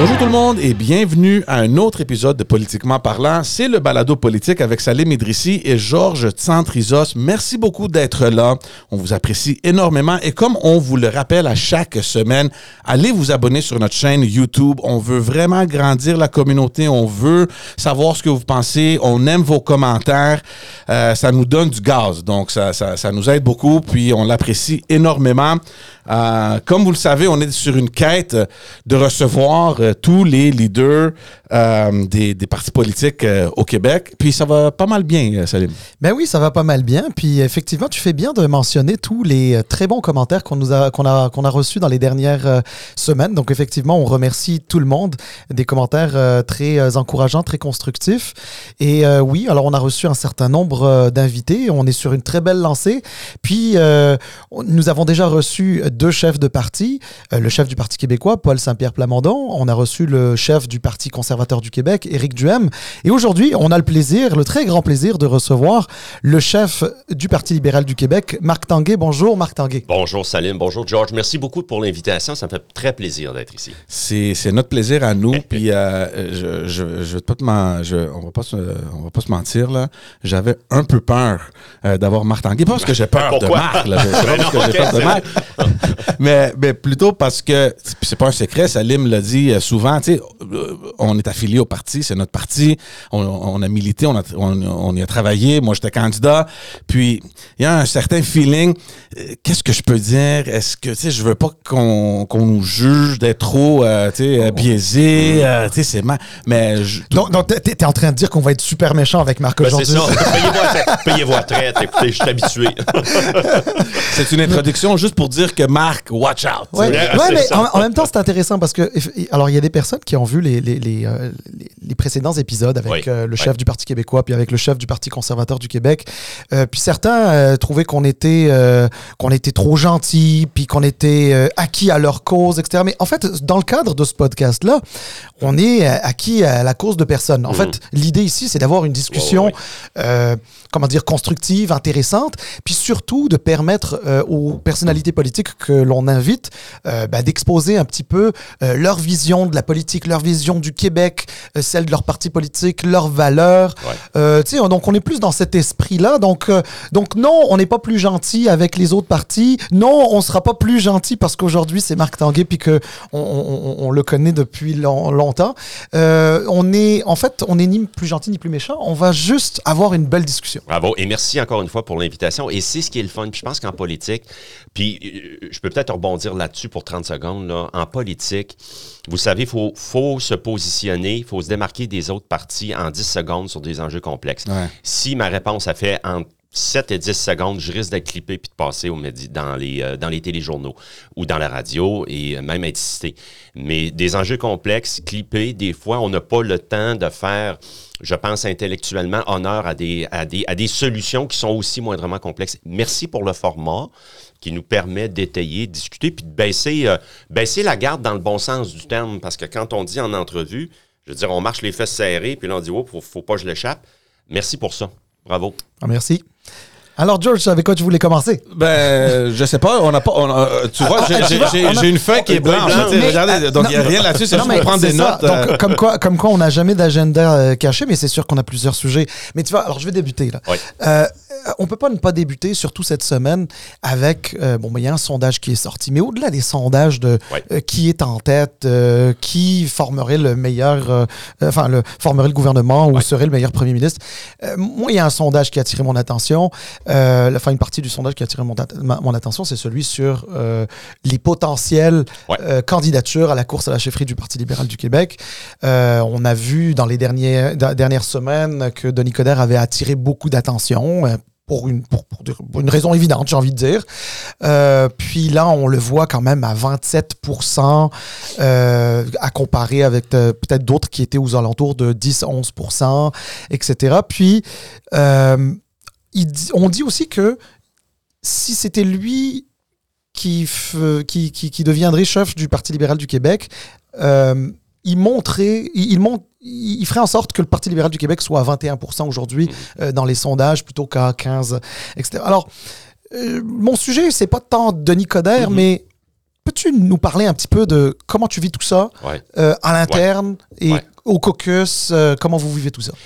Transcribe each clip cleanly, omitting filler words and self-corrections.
Bonjour tout le monde et bienvenue à un autre épisode de Politiquement parlant. C'est le balado politique avec Salim Idrissi et Georges Tsantrizos. Merci beaucoup d'être là. On vous apprécie énormément et comme on vous le rappelle à chaque semaine, allez vous abonner sur notre chaîne YouTube. On veut vraiment grandir la communauté. On veut savoir ce que vous pensez. On aime vos commentaires. Ça nous donne du gaz. Donc, ça nous aide beaucoup puis on l'apprécie énormément. Comme vous le savez, on est sur une quête de recevoir tous les leaders des partis politiques au Québec. Puis ça va pas mal bien, Salim. Ben oui, ça va pas mal bien. Puis effectivement, tu fais bien de mentionner tous les très bons commentaires qu'on a reçus dans les dernières semaines. Donc effectivement, on remercie tout le monde. Des commentaires très encourageants, très constructifs. Et oui, alors on a reçu un certain nombre d'invités. On est sur une très belle lancée. Puis nous avons déjà reçu 2 chefs de parti. Le chef du Parti québécois, Paul Saint-Pierre Plamondon. On a reçu le chef du Parti conservateur du Québec, Éric Duhem. Et aujourd'hui, on a le très grand plaisir de recevoir le chef du Parti libéral du Québec, Marc Tanguay. Bonjour, Marc Tanguay. Bonjour, Salim. Bonjour, George. Merci beaucoup pour l'invitation. Ça me fait très plaisir d'être ici. C'est notre plaisir à nous. Puis on va pas se mentir, là. J'avais un peu peur d'avoir Marc Tanguay. Pas parce que j'ai peur de Marc. Là. C'est pas parce que j'ai peur de Marc. mais plutôt parce que, c'est pas un secret, Salim l'a dit souvent, tu sais, on est affilié au parti, c'est notre parti, on a milité, on y a travaillé, moi j'étais candidat, puis il y a un certain feeling, qu'est-ce que je peux dire, est-ce que, tu sais, je veux pas qu'on nous juge d'être trop, tu sais, biaisé, tu sais, c'est mais... Donc t'es en train de dire qu'on va être super méchant avec Marc aujourd'hui. C'est ça, payez-vous à traite, écoutez, je suis habitué. C'est une introduction juste pour dire que Marc, watch out. Ouais, mais en même temps, c'est intéressant parce que, alors, il y a des personnes qui ont vu les précédents épisodes avec le chef du Parti québécois puis avec le chef du Parti conservateur du Québec. Puis certains trouvaient qu'on était trop gentils puis qu'on était acquis à leur cause, etc. Mais en fait, dans le cadre de ce podcast-là, on est acquis à la cause de personne. En fait, l'idée ici, c'est d'avoir une discussion, constructive, intéressante, puis surtout de permettre aux personnalités politiques que l'on invite d'exposer un petit peu leur vision de la politique, leur vision du Québec, celle de leur parti politique, leurs valeurs. Donc on est plus dans cet esprit-là. Donc non, on n'est pas plus gentil avec les autres partis. Non, on sera pas plus gentil parce qu'aujourd'hui c'est Marc Tanguay puis que on le connaît depuis longtemps. On est ni plus gentil ni plus méchant. On va juste avoir une belle discussion. Bravo. Et merci encore une fois pour l'invitation. Et c'est ce qui est le fun. Puis je pense qu'en politique, puis je peux peut-être rebondir là-dessus pour 30 secondes. Là. En politique, vous savez, il faut se positionner, il faut se démarquer des autres partis en 10 secondes sur des enjeux complexes. Ouais. Si ma réponse a fait entre 7 et 10 secondes, je risque d'être clippé puis de passer dans les téléjournaux ou dans la radio et même être cité. Mais des enjeux complexes, clippés, des fois, on n'a pas le temps de faire, je pense, intellectuellement honneur à des solutions qui sont aussi moindrement complexes. Merci pour le format qui nous permet d'étayer, de discuter puis de baisser la garde dans le bon sens du terme. Parce que quand on dit en entrevue, je veux dire, on marche les fesses serrées puis là, on dit « Oh, faut pas que je l'échappe ». Merci pour ça. Bravo. Merci. Alors, George, avec quoi tu voulais commencer? Je sais pas. Tu vois, j'ai une feuille qui est blanche. Regardez, donc il n'y a rien là-dessus. C'est juste pour prendre des notes. Donc, comme quoi, on n'a jamais d'agenda caché, mais c'est sûr qu'on a plusieurs sujets. Mais tu vois, alors je vais débuter. Là. Oui. On peut pas ne pas débuter, surtout cette semaine, avec... il y a un sondage qui est sorti. Mais au-delà des sondages de qui est en tête, qui formerait le meilleur... formerait le gouvernement ou serait le meilleur premier ministre, moi, il y a un sondage qui a attiré mon attention. Une partie du sondage qui a attiré mon attention, c'est celui sur les potentielles candidatures à la course à la chefferie du Parti libéral du Québec. On a vu dans les dernières semaines que Denis Coderre avait attiré beaucoup d'attention pour une raison évidente, j'ai envie de dire. Puis là, on le voit quand même à 27%, à comparer avec peut-être d'autres qui étaient aux alentours de 10-11%, etc. Puis... on dit aussi que si c'était lui qui deviendrait chef du Parti libéral du Québec, il ferait en sorte que le Parti libéral du Québec soit à 21% aujourd'hui dans les sondages plutôt qu'à 15%, etc. Alors, mon sujet, c'est pas tant Denis Coderre, mais peux-tu nous parler un petit peu de comment tu vis tout ça à l'interne et au caucus? Comment vous vivez tout ça?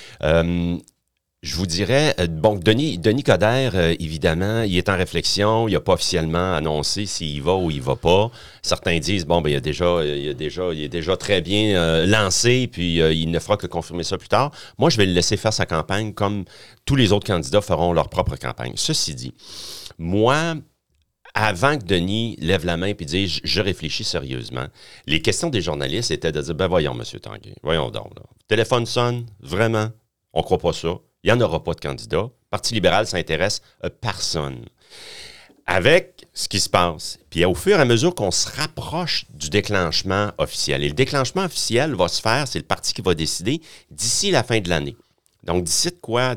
Je vous dirais, Denis Coderre, évidemment, il est en réflexion, il n'a pas officiellement annoncé s'il y va ou il ne va pas. Certains disent, il est déjà très bien lancé, puis il ne fera que confirmer ça plus tard. Moi, je vais le laisser faire sa campagne comme tous les autres candidats feront leur propre campagne. Ceci dit, moi, avant que Denis lève la main et dise « je réfléchis sérieusement », les questions des journalistes étaient de dire « voyons, M. Tanguay, voyons donc. Là. Téléphone sonne, vraiment, on ne croit pas ça. Il n'y en aura pas de candidat. Le Parti libéral s'intéresse à personne. » Avec ce qui se passe, puis au fur et à mesure qu'on se rapproche du déclenchement officiel, et le déclenchement officiel va se faire, c'est le parti qui va décider d'ici la fin de l'année. Donc, d'ici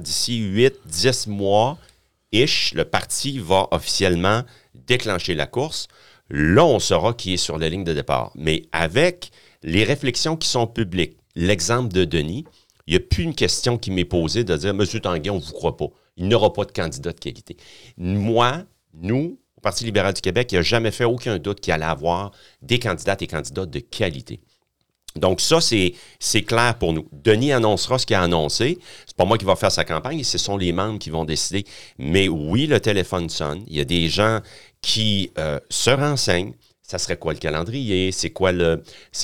8-10 mois, le parti va officiellement déclencher la course. Là, on saura qui est sur la ligne de départ. Mais avec les réflexions qui sont publiques, l'exemple de Denis, il n'y a plus une question qui m'est posée de dire « Monsieur Tanguay, on ne vous croit pas. Il n'y aura pas de candidat de qualité. » Nous, au Parti libéral du Québec, il n'y a jamais fait aucun doute qu'il allait avoir des candidates et candidats de qualité. Donc ça, c'est clair pour nous. Denis annoncera ce qu'il a annoncé. C'est pas moi qui va faire sa campagne, ce sont les membres qui vont décider. Mais oui, le téléphone sonne. Il y a des gens qui se renseignent. Ça serait quoi le calendrier? C'est quoi le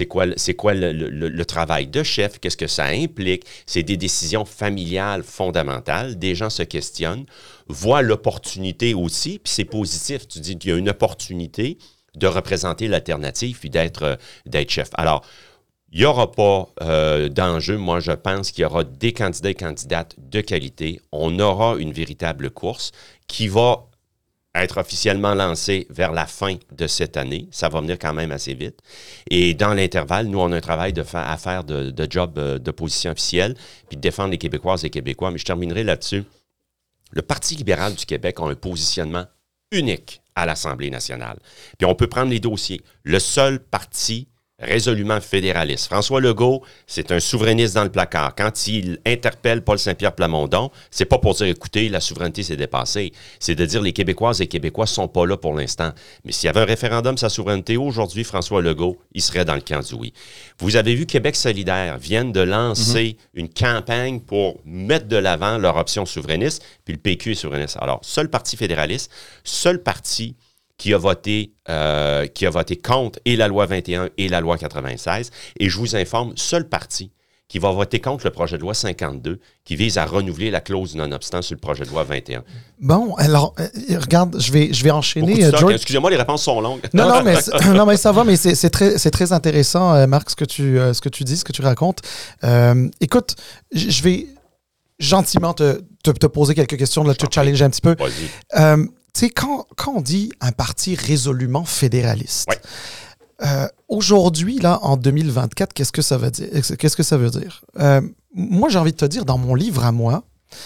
travail de chef? Qu'est-ce que ça implique? C'est des décisions familiales fondamentales. Des gens se questionnent, voient l'opportunité aussi, puis c'est positif. Tu dis qu'il y a une opportunité de représenter l'alternative puis d'être chef. Alors, il n'y aura pas d'enjeu. Moi, je pense qu'il y aura des candidats et candidates de qualité. On aura une véritable course qui va être officiellement lancée vers la fin de cette année. Ça va venir quand même assez vite. Et dans l'intervalle, nous, on a un travail à faire de job d'opposition officielle puis de défendre les Québécoises et Québécois. Mais je terminerai là-dessus. Le Parti libéral du Québec a un positionnement unique à l'Assemblée nationale. Puis on peut prendre les dossiers. Le seul parti résolument fédéraliste. François Legault, c'est un souverainiste dans le placard. Quand il interpelle Paul Saint-Pierre Plamondon, c'est pas pour dire, écoutez, la souveraineté s'est dépassée. C'est de dire, les Québécoises et Québécois sont pas là pour l'instant. Mais s'il y avait un référendum sur sa souveraineté, aujourd'hui, François Legault, il serait dans le camp du oui. Vous avez vu Québec solidaire viennent de lancer une campagne pour mettre de l'avant leur option souverainiste, puis le PQ est souverainiste. Alors, seul parti fédéraliste, seul parti qui a voté contre et la loi 21 et la loi 96. Et je vous informe, seul parti qui va voter contre le projet de loi 52 qui vise à renouveler la clause non-obstant sur le projet de loi 21. Bon, alors, regarde, je vais enchaîner. Excusez-moi, les réponses sont longues. Non, mais ça va, mais c'est très intéressant, Marc, ce que tu dis, ce que tu racontes. Écoute, je vais gentiment te poser quelques questions, te challenger un petit peu. Vas-y. Tu sais, quand on dit un parti résolument fédéraliste, aujourd'hui, là, en 2024, qu'est-ce que ça veut dire? Moi, j'ai envie de te dire, dans mon livre à moi,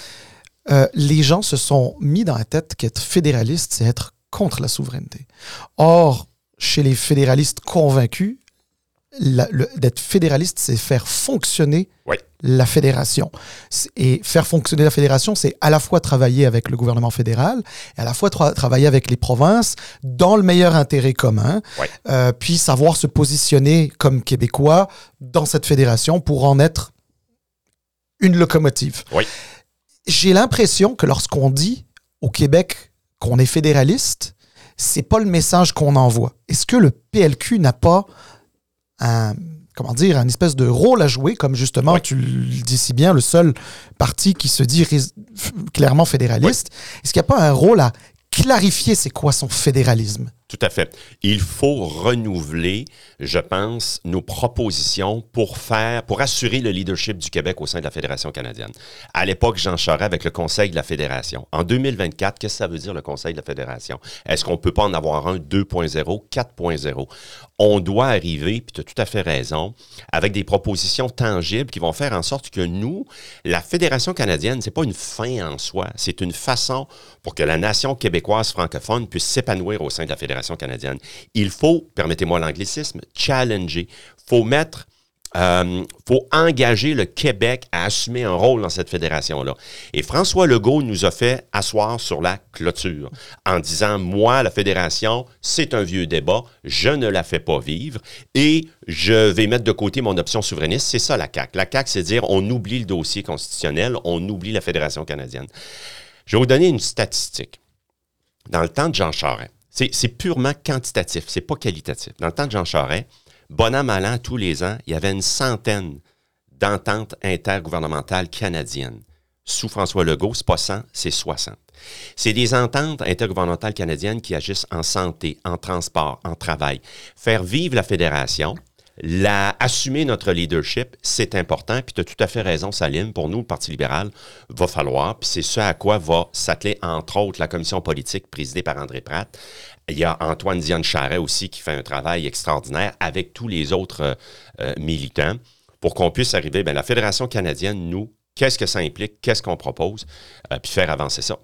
les gens se sont mis dans la tête qu'être fédéraliste, c'est être contre la souveraineté. Or, chez les fédéralistes convaincus, d'être fédéraliste, c'est faire fonctionner la fédération. Et faire fonctionner la fédération, c'est à la fois travailler avec le gouvernement fédéral et à la fois travailler avec les provinces dans le meilleur intérêt commun, puis savoir se positionner comme Québécois dans cette fédération pour en être une locomotive. J'ai l'impression que lorsqu'on dit au Québec qu'on est fédéraliste, c'est pas le message qu'on envoie. Est-ce que le PLQ n'a pas une espèce de rôle à jouer, comme justement, tu le dis si bien, le seul parti qui se dit clairement fédéraliste. Est-ce qu'il n'y a pas un rôle à clarifier c'est quoi son fédéralisme? Tout à fait. Il faut renouveler, je pense, nos propositions pour assurer le leadership du Québec au sein de la Fédération canadienne. À l'époque, Jean Charest avec le Conseil de la Fédération. En 2024, qu'est-ce que ça veut dire, le Conseil de la Fédération? Est-ce qu'on ne peut pas en avoir un 2.0, 4.0? On doit arriver, puis tu as tout à fait raison, avec des propositions tangibles qui vont faire en sorte que nous, la Fédération canadienne, ce n'est pas une fin en soi, c'est une façon pour que la nation québécoise francophone puisse s'épanouir au sein de la Fédération canadienne. Il faut, permettez-moi l'anglicisme, challenger. Il faut mettre faut engager le Québec à assumer un rôle dans cette fédération-là. Et François Legault nous a fait asseoir sur la clôture en disant, moi, la fédération, c'est un vieux débat, je ne la fais pas vivre et je vais mettre de côté mon option souverainiste. C'est ça la CAQ. La CAQ, c'est dire, on oublie le dossier constitutionnel, on oublie la Fédération canadienne. Je vais vous donner une statistique. Dans le temps de Jean Charest, c'est purement quantitatif, c'est pas qualitatif. Dans le temps de Jean Charest, bon an, mal an, tous les ans, il y avait une centaine d'ententes intergouvernementales canadiennes. Sous François Legault, c'est pas 100, c'est 60. C'est des ententes intergouvernementales canadiennes qui agissent en santé, en transport, en travail. Faire vivre la fédération, assumer notre leadership, c'est important. Puis tu as tout à fait raison, Salim. Pour nous, le Parti libéral, va falloir, puis c'est ce à quoi va s'atteler, entre autres, la commission politique présidée par André Pratt. Il y a Antoine Dion Charret aussi qui fait un travail extraordinaire avec tous les autres militants pour qu'on puisse arriver. Bien, la Fédération canadienne, nous, qu'est-ce que ça implique? Qu'est-ce qu'on propose? Puis faire avancer ça.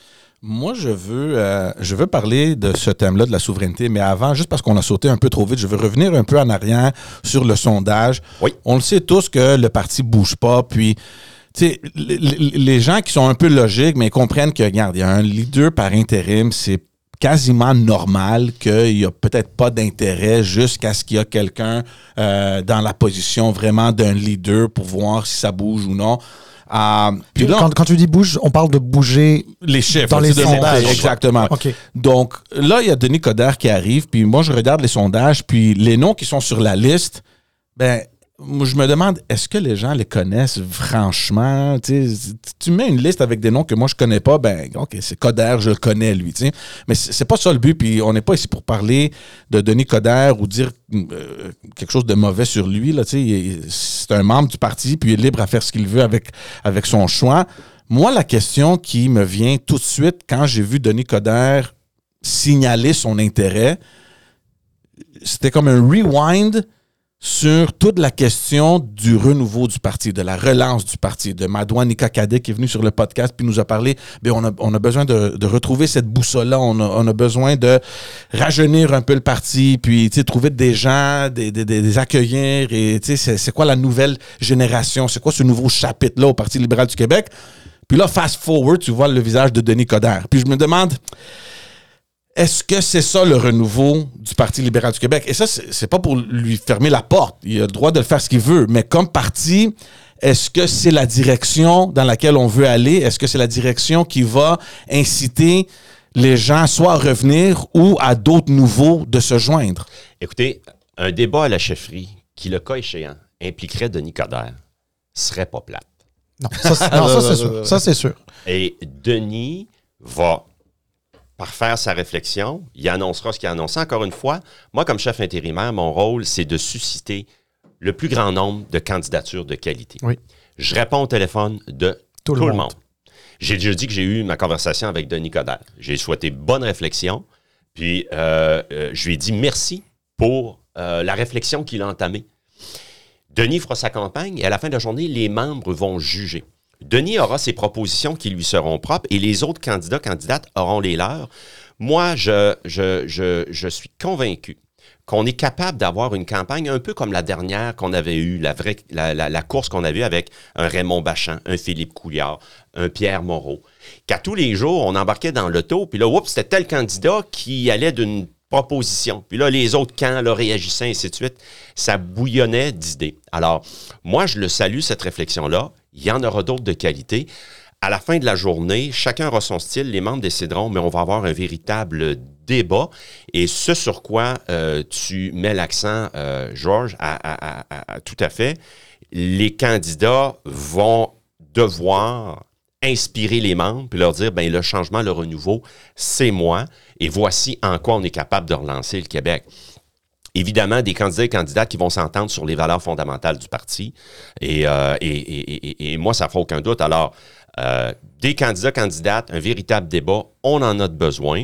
Moi, je veux parler de ce thème-là, de la souveraineté, mais avant, juste parce qu'on a sauté un peu trop vite, je veux revenir un peu en arrière sur le sondage. Oui. On le sait tous que le parti ne bouge pas, puis tu sais, les gens qui sont un peu logiques, mais comprennent que, regarde, il y a un leader par intérim, c'est quasiment normal qu'il n'y a peut-être pas d'intérêt jusqu'à ce qu'il y a quelqu'un dans la position vraiment d'un leader pour voir si ça bouge ou non. Puis là, quand tu dis bouge, on parle de bouger les chiffres dans les sondages. Exactement. Okay. Donc là, il y a Denis Coderre qui arrive, puis moi, je regarde les sondages, puis les noms qui sont sur la liste, ben je me demande, est-ce que les gens les connaissent franchement? Tu mets une liste avec des noms que moi, je connais pas, ben OK, c'est Coderre, je le connais, lui. T'sais. Mais c'est pas ça le but, puis on n'est pas ici pour parler de Denis Coderre ou dire quelque chose de mauvais sur lui. Là, c'est un membre du parti, puis il est libre à faire ce qu'il veut avec son choix. Moi, la question qui me vient tout de suite quand j'ai vu Denis Coderre signaler son intérêt, c'était comme un rewind sur toute la question du renouveau du parti, de la relance du parti, de Madouane Ika-Kadek qui est venu sur le podcast puis nous a parlé, bien, on a besoin de retrouver cette boussole-là, on a besoin de rajeunir un peu le parti, puis trouver des gens, des accueillir, et c'est quoi la nouvelle génération, c'est quoi ce nouveau chapitre-là au Parti libéral du Québec. Puis là, fast forward, tu vois le visage de Denis Coderre. Puis je me demande, est-ce que c'est ça le renouveau du Parti libéral du Québec? Et ça, c'est pas pour lui fermer la porte. Il a le droit de le faire ce qu'il veut. Mais comme parti, est-ce que c'est la direction dans laquelle on veut aller? Est-ce que c'est la direction qui va inciter les gens soit à revenir ou à d'autres nouveaux de se joindre? Écoutez, un débat à la chefferie qui, le cas échéant, impliquerait Denis Coderre serait pas plate. Non, ça c'est sûr. Ça, c'est sûr. Et Denis va parfaire sa réflexion. Il annoncera ce qu'il a annoncé. Encore une fois, moi, comme chef intérimaire, mon rôle, c'est de susciter le plus grand nombre de candidatures de qualité. Oui. Je réponds au téléphone de tout le monde. J'ai déjà dit que j'ai eu ma conversation avec Denis Coderre. J'ai souhaité bonne réflexion, puis je lui ai dit merci pour la réflexion qu'il a entamée. Denis fera sa campagne et à la fin de la journée, les membres vont juger. Denis aura ses propositions qui lui seront propres et les autres candidates auront les leurs. Moi, je suis convaincu qu'on est capable d'avoir une campagne un peu comme la dernière qu'on avait eue, la course qu'on avait eue avec un Raymond Bachand, un Philippe Couillard, un Pierre Moreau, qu'à tous les jours, on embarquait dans l'auto, puis là, oups, c'était tel candidat qui allait d'une proposition. Puis là, les autres camps là, réagissaient, ainsi de suite. Ça bouillonnait d'idées. Alors, moi, je le salue, cette réflexion-là. Il y en aura d'autres de qualité. À la fin de la journée, chacun aura son style, les membres décideront, mais on va avoir un véritable débat. Et ce sur quoi tu mets l'accent, Georges, tout à fait, les candidats vont devoir inspirer les membres puis leur dire, bien, le changement, le renouveau, c'est moi. Et voici en quoi on est capable de relancer le Québec. Évidemment, des candidats et candidates qui vont s'entendre sur les valeurs fondamentales du parti. Et moi, ça ne fera aucun doute. Alors, des candidats, candidates, un véritable débat, on en a besoin.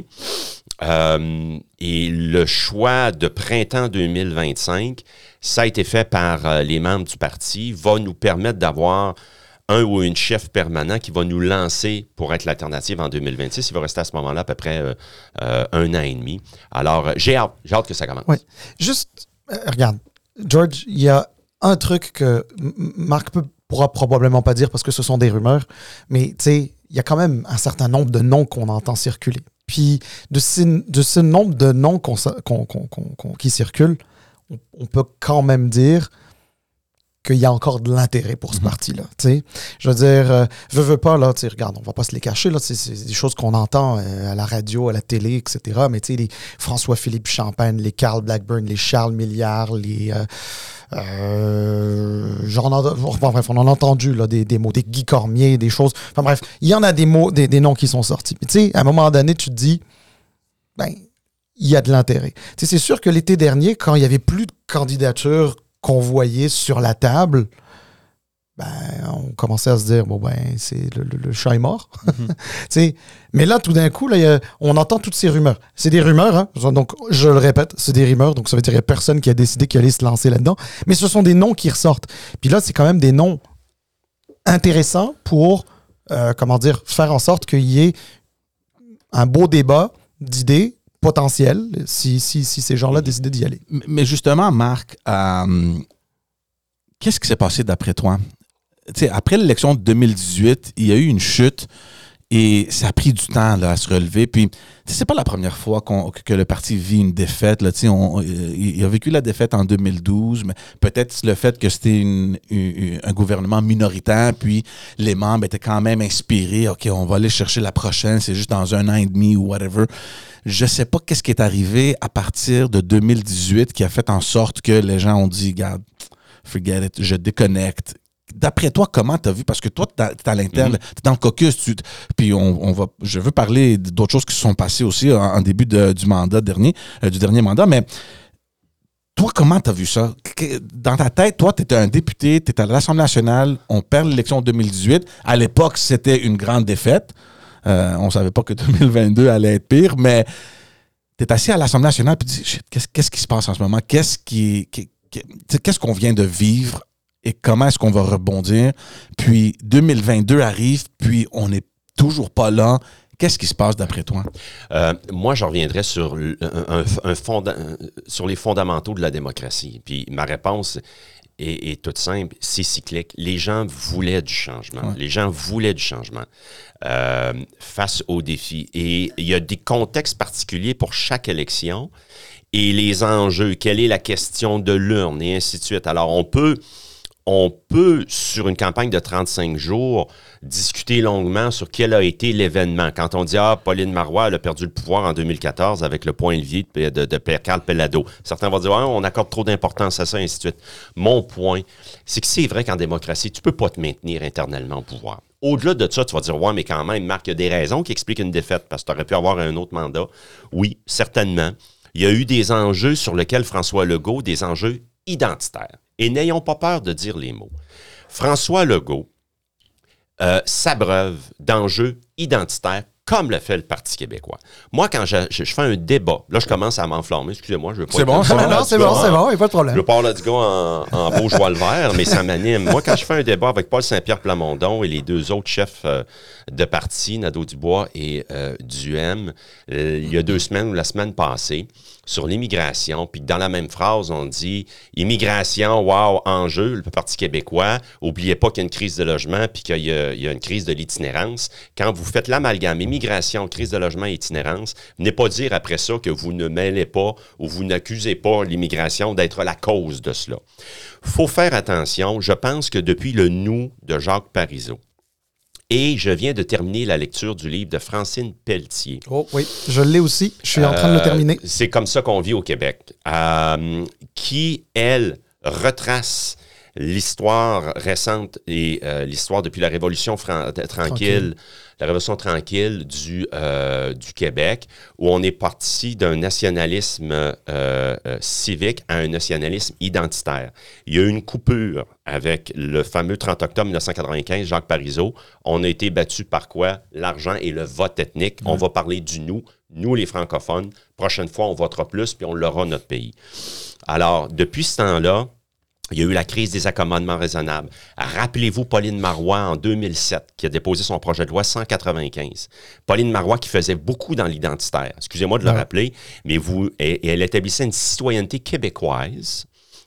Et le choix de printemps 2025, ça a été fait par les membres du parti, va nous permettre d'avoir un ou une chef permanent qui va nous lancer pour être l'alternative en 2026. Il va rester à ce moment-là à peu près 1 an et demi. Alors, j'ai hâte que ça commence. Oui. Juste, regarde, George, il y a un truc que Marc pourra probablement pas dire parce que ce sont des rumeurs, mais tu sais, il y a quand même un certain nombre de noms qu'on entend circuler. Puis de ce nombre de noms qui circulent, on peut quand même dire qu'il y a encore de l'intérêt pour ce parti-là. T'sais. Je veux dire, veux pas, là, regarde, on va pas se les cacher, là, c'est des choses qu'on entend à la radio, à la télé, etc. Mais tu sais, les François-Philippe Champagne, les Carl Blackburn, les Charles Milliard, les... bref, on en a entendu là, des mots, des Guy Cormier, des choses. Enfin bref, il y en a des mots, des noms qui sont sortis. Mais tu sais, à un moment donné, tu te dis, ben, il y a de l'intérêt. Tu sais, c'est sûr que l'été dernier, quand il y avait plus de candidatures qu'on voyait sur la table, ben, on commençait à se dire, bon, ben, c'est le chat est mort. Mais là, tout d'un coup, là, on entend toutes ces rumeurs. C'est des rumeurs, hein? Donc, je le répète, c'est des rumeurs. Donc, ça veut dire qu'il n'y a personne qui a décidé qu'il allait se lancer là-dedans. Mais ce sont des noms qui ressortent. Puis là, c'est quand même des noms intéressants pour, faire en sorte qu'il y ait un beau débat d'idées potentielles si ces gens-là décidaient d'y aller. Mais justement, Marc, qu'est-ce qui s'est passé d'après toi? T'sais, après l'élection de 2018, il y a eu une chute et ça a pris du temps là, à se relever. Puis, c'est pas la première fois que le parti vit une défaite. Là, il a vécu la défaite en 2012, mais peut-être le fait que c'était un gouvernement minoritaire, puis les membres étaient quand même inspirés. OK, on va aller chercher la prochaine, c'est juste dans 1 an et demi ou whatever. Je sais pas qu'est-ce qui est arrivé à partir de 2018 qui a fait en sorte que les gens ont dit, regarde, forget it, je déconnecte. D'après toi, comment tu as vu? Parce que toi, tu es à l'interne, tu es dans le caucus. Puis je veux parler d'autres choses qui se sont passées aussi en début du mandat dernier, du dernier mandat. Mais toi, comment tu as vu ça? Dans ta tête, toi, tu étais un député, tu étais à l'Assemblée nationale, on perd l'élection de 2018. À l'époque, c'était une grande défaite. On savait pas que 2022 allait être pire, mais tu es assis à l'Assemblée nationale et tu dis, qu'est-ce qui se passe en ce moment? Qu'est-ce qu'on vient de vivre? Et comment est-ce qu'on va rebondir? Puis 2022 arrive, puis on n'est toujours pas là. Qu'est-ce qui se passe d'après toi? Moi, je reviendrai sur, sur les fondamentaux de la démocratie. Puis ma réponse est toute simple, c'est cyclique. Les gens voulaient du changement. Ouais. Les gens voulaient du changement face aux défis. Et il y a des contextes particuliers pour chaque élection et les enjeux. Quelle est la question de l'urne et ainsi de suite. Alors, on peut, sur une campagne de 35 jours, discuter longuement sur quel a été l'événement. Quand on dit « Ah, Pauline Marois, elle a perdu le pouvoir en 2014 avec le point levier de Pierre-Carl Pellado. » Certains vont dire « Ah, on accorde trop d'importance à ça, et ainsi de suite. » Mon point, c'est que c'est vrai qu'en démocratie, tu ne peux pas te maintenir éternellement au pouvoir. Au-delà de ça, tu vas dire « Ouais, mais quand même, Marc, il y a des raisons qui expliquent une défaite parce que tu aurais pu avoir un autre mandat. » Oui, certainement. Il y a eu des enjeux sur lesquels François Legault, des enjeux identitaires. Et n'ayons pas peur de dire les mots. François Legault s'abreuve d'enjeux identitaires comme le fait le Parti québécois. Moi, quand je fais un débat, là, je commence à m'enflammer. Excusez-moi, je veux pas... C'est bon, il n'y a pas de problème. Je veux pas là du gars en beau joie le vert, mais ça m'anime. Moi, quand je fais un débat avec Paul Saint-Pierre Plamondon et les deux autres chefs de parti, Nadeau-Dubois et Duhem, il y a 2 semaines ou la semaine passée, sur l'immigration, puis dans la même phrase, on dit « Immigration, wow, enjeu, le Parti québécois. Oubliez pas qu'il y a une crise de logement puis qu'il y a une crise de l'itinérance. » Quand vous faites l'amalgame immigration, crise de logement et itinérance, venez pas dire après ça que vous ne mêlez pas ou vous n'accusez pas l'immigration d'être la cause de cela. Faut faire attention. Je pense que depuis le Nous de Jacques Parizeau, et je viens de terminer la lecture du livre de Francine Pelletier. Oh oui, je l'ai aussi. Je suis en train de le terminer. C'est comme ça qu'on vit au Québec. Qui, elle, retrace l'histoire récente et l'histoire depuis la Révolution tranquille. La Révolution tranquille du Québec, où on est parti d'un nationalisme civique à un nationalisme identitaire. Il y a eu une coupure avec le fameux 30 octobre 1995, Jacques Parizeau. On a été battu par quoi? L'argent et le vote ethnique. On va parler du nous les francophones. Prochaine fois, on votera plus, puis on l'aura notre pays. Alors, depuis ce temps-là, il y a eu la crise des accommodements raisonnables. Rappelez-vous Pauline Marois en 2007, qui a déposé son projet de loi 195. Pauline Marois qui faisait beaucoup dans l'identitaire. Excusez-moi de le rappeler, mais elle établissait une citoyenneté québécoise.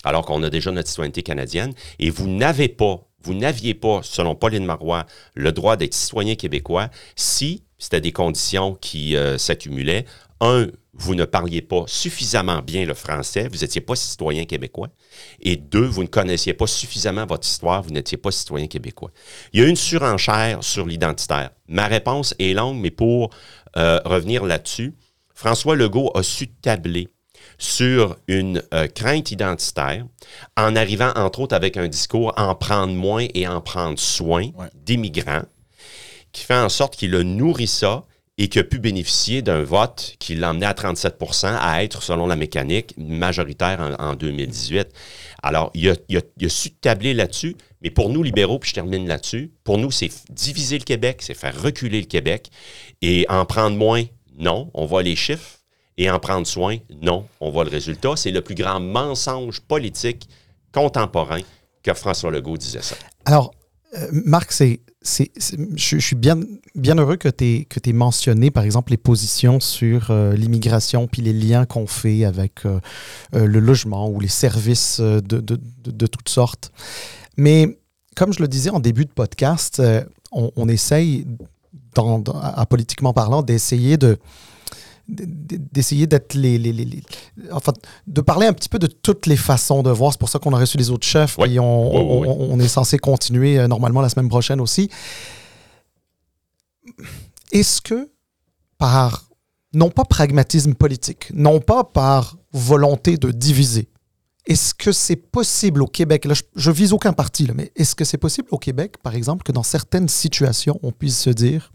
alors qu'on a déjà notre citoyenneté canadienne, et vous n'aviez pas, selon Pauline Marois, le droit d'être citoyen québécois si c'était des conditions qui s'accumulaient. Un, vous ne parliez pas suffisamment bien le français, vous n'étiez pas citoyen québécois. Et deux, vous ne connaissiez pas suffisamment votre histoire, vous n'étiez pas citoyen québécois. Il y a eu une surenchère sur l'identitaire. Ma réponse est longue, mais pour revenir là-dessus, François Legault a su tabler sur une crainte identitaire en arrivant, entre autres, avec un discours en prendre moins et en prendre soin des migrants, qui fait en sorte qu'il a nourri ça et qui a pu bénéficier d'un vote qui l'a emmené à 37 % à être, selon la mécanique, majoritaire en 2018. Alors, il a su tabler là-dessus, mais pour nous, libéraux, puis je termine là-dessus, pour nous, c'est diviser le Québec, c'est faire reculer le Québec, et en prendre moins, non, on voit les chiffres, et en prendre soin, non, on voit le résultat. C'est le plus grand mensonge politique contemporain que François Legault disait ça. Alors, Marc, je suis bien heureux que tu aies mentionné, par exemple, les positions sur l'immigration puis les liens qu'on fait avec le logement ou les services de toutes sortes. Mais comme je le disais en début de podcast, on essaye, à politiquement parlant, d'essayer d'être enfin, de parler un petit peu de toutes les façons de voir. C'est pour ça qu'on a reçu les autres chefs et on est censé continuer normalement la semaine prochaine aussi. Est-ce que par, non pas pragmatisme politique, non pas par volonté de diviser, est-ce que c'est possible au Québec, là je vise aucun parti, là, mais est-ce que c'est possible au Québec, par exemple, que dans certaines situations, on puisse se dire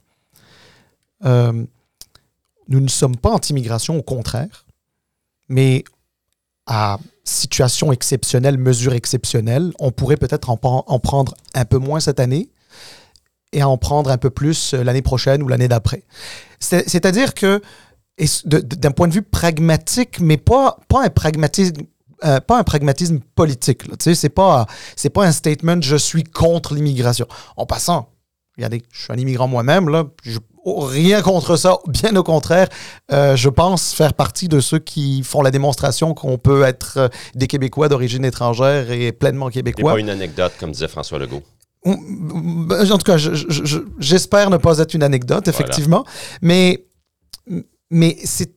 nous ne sommes pas anti-immigration, au contraire, mais à situation exceptionnelle, mesure exceptionnelle, on pourrait peut-être en prendre un peu moins cette année et en prendre un peu plus l'année prochaine ou l'année d'après. C'est-à-dire que, d'un point de vue pragmatique, mais pas un pragmatisme politique. Là. Tu sais, c'est pas un statement « je suis contre l'immigration ». En passant, regardez, je suis un immigrant moi-même, là, rien contre ça, bien au contraire. Je pense faire partie de ceux qui font la démonstration qu'on peut être des Québécois d'origine étrangère et pleinement Québécois. C'est pas une anecdote, comme disait François Legault. En tout cas, j'espère ne pas être une anecdote, effectivement. Voilà. Mais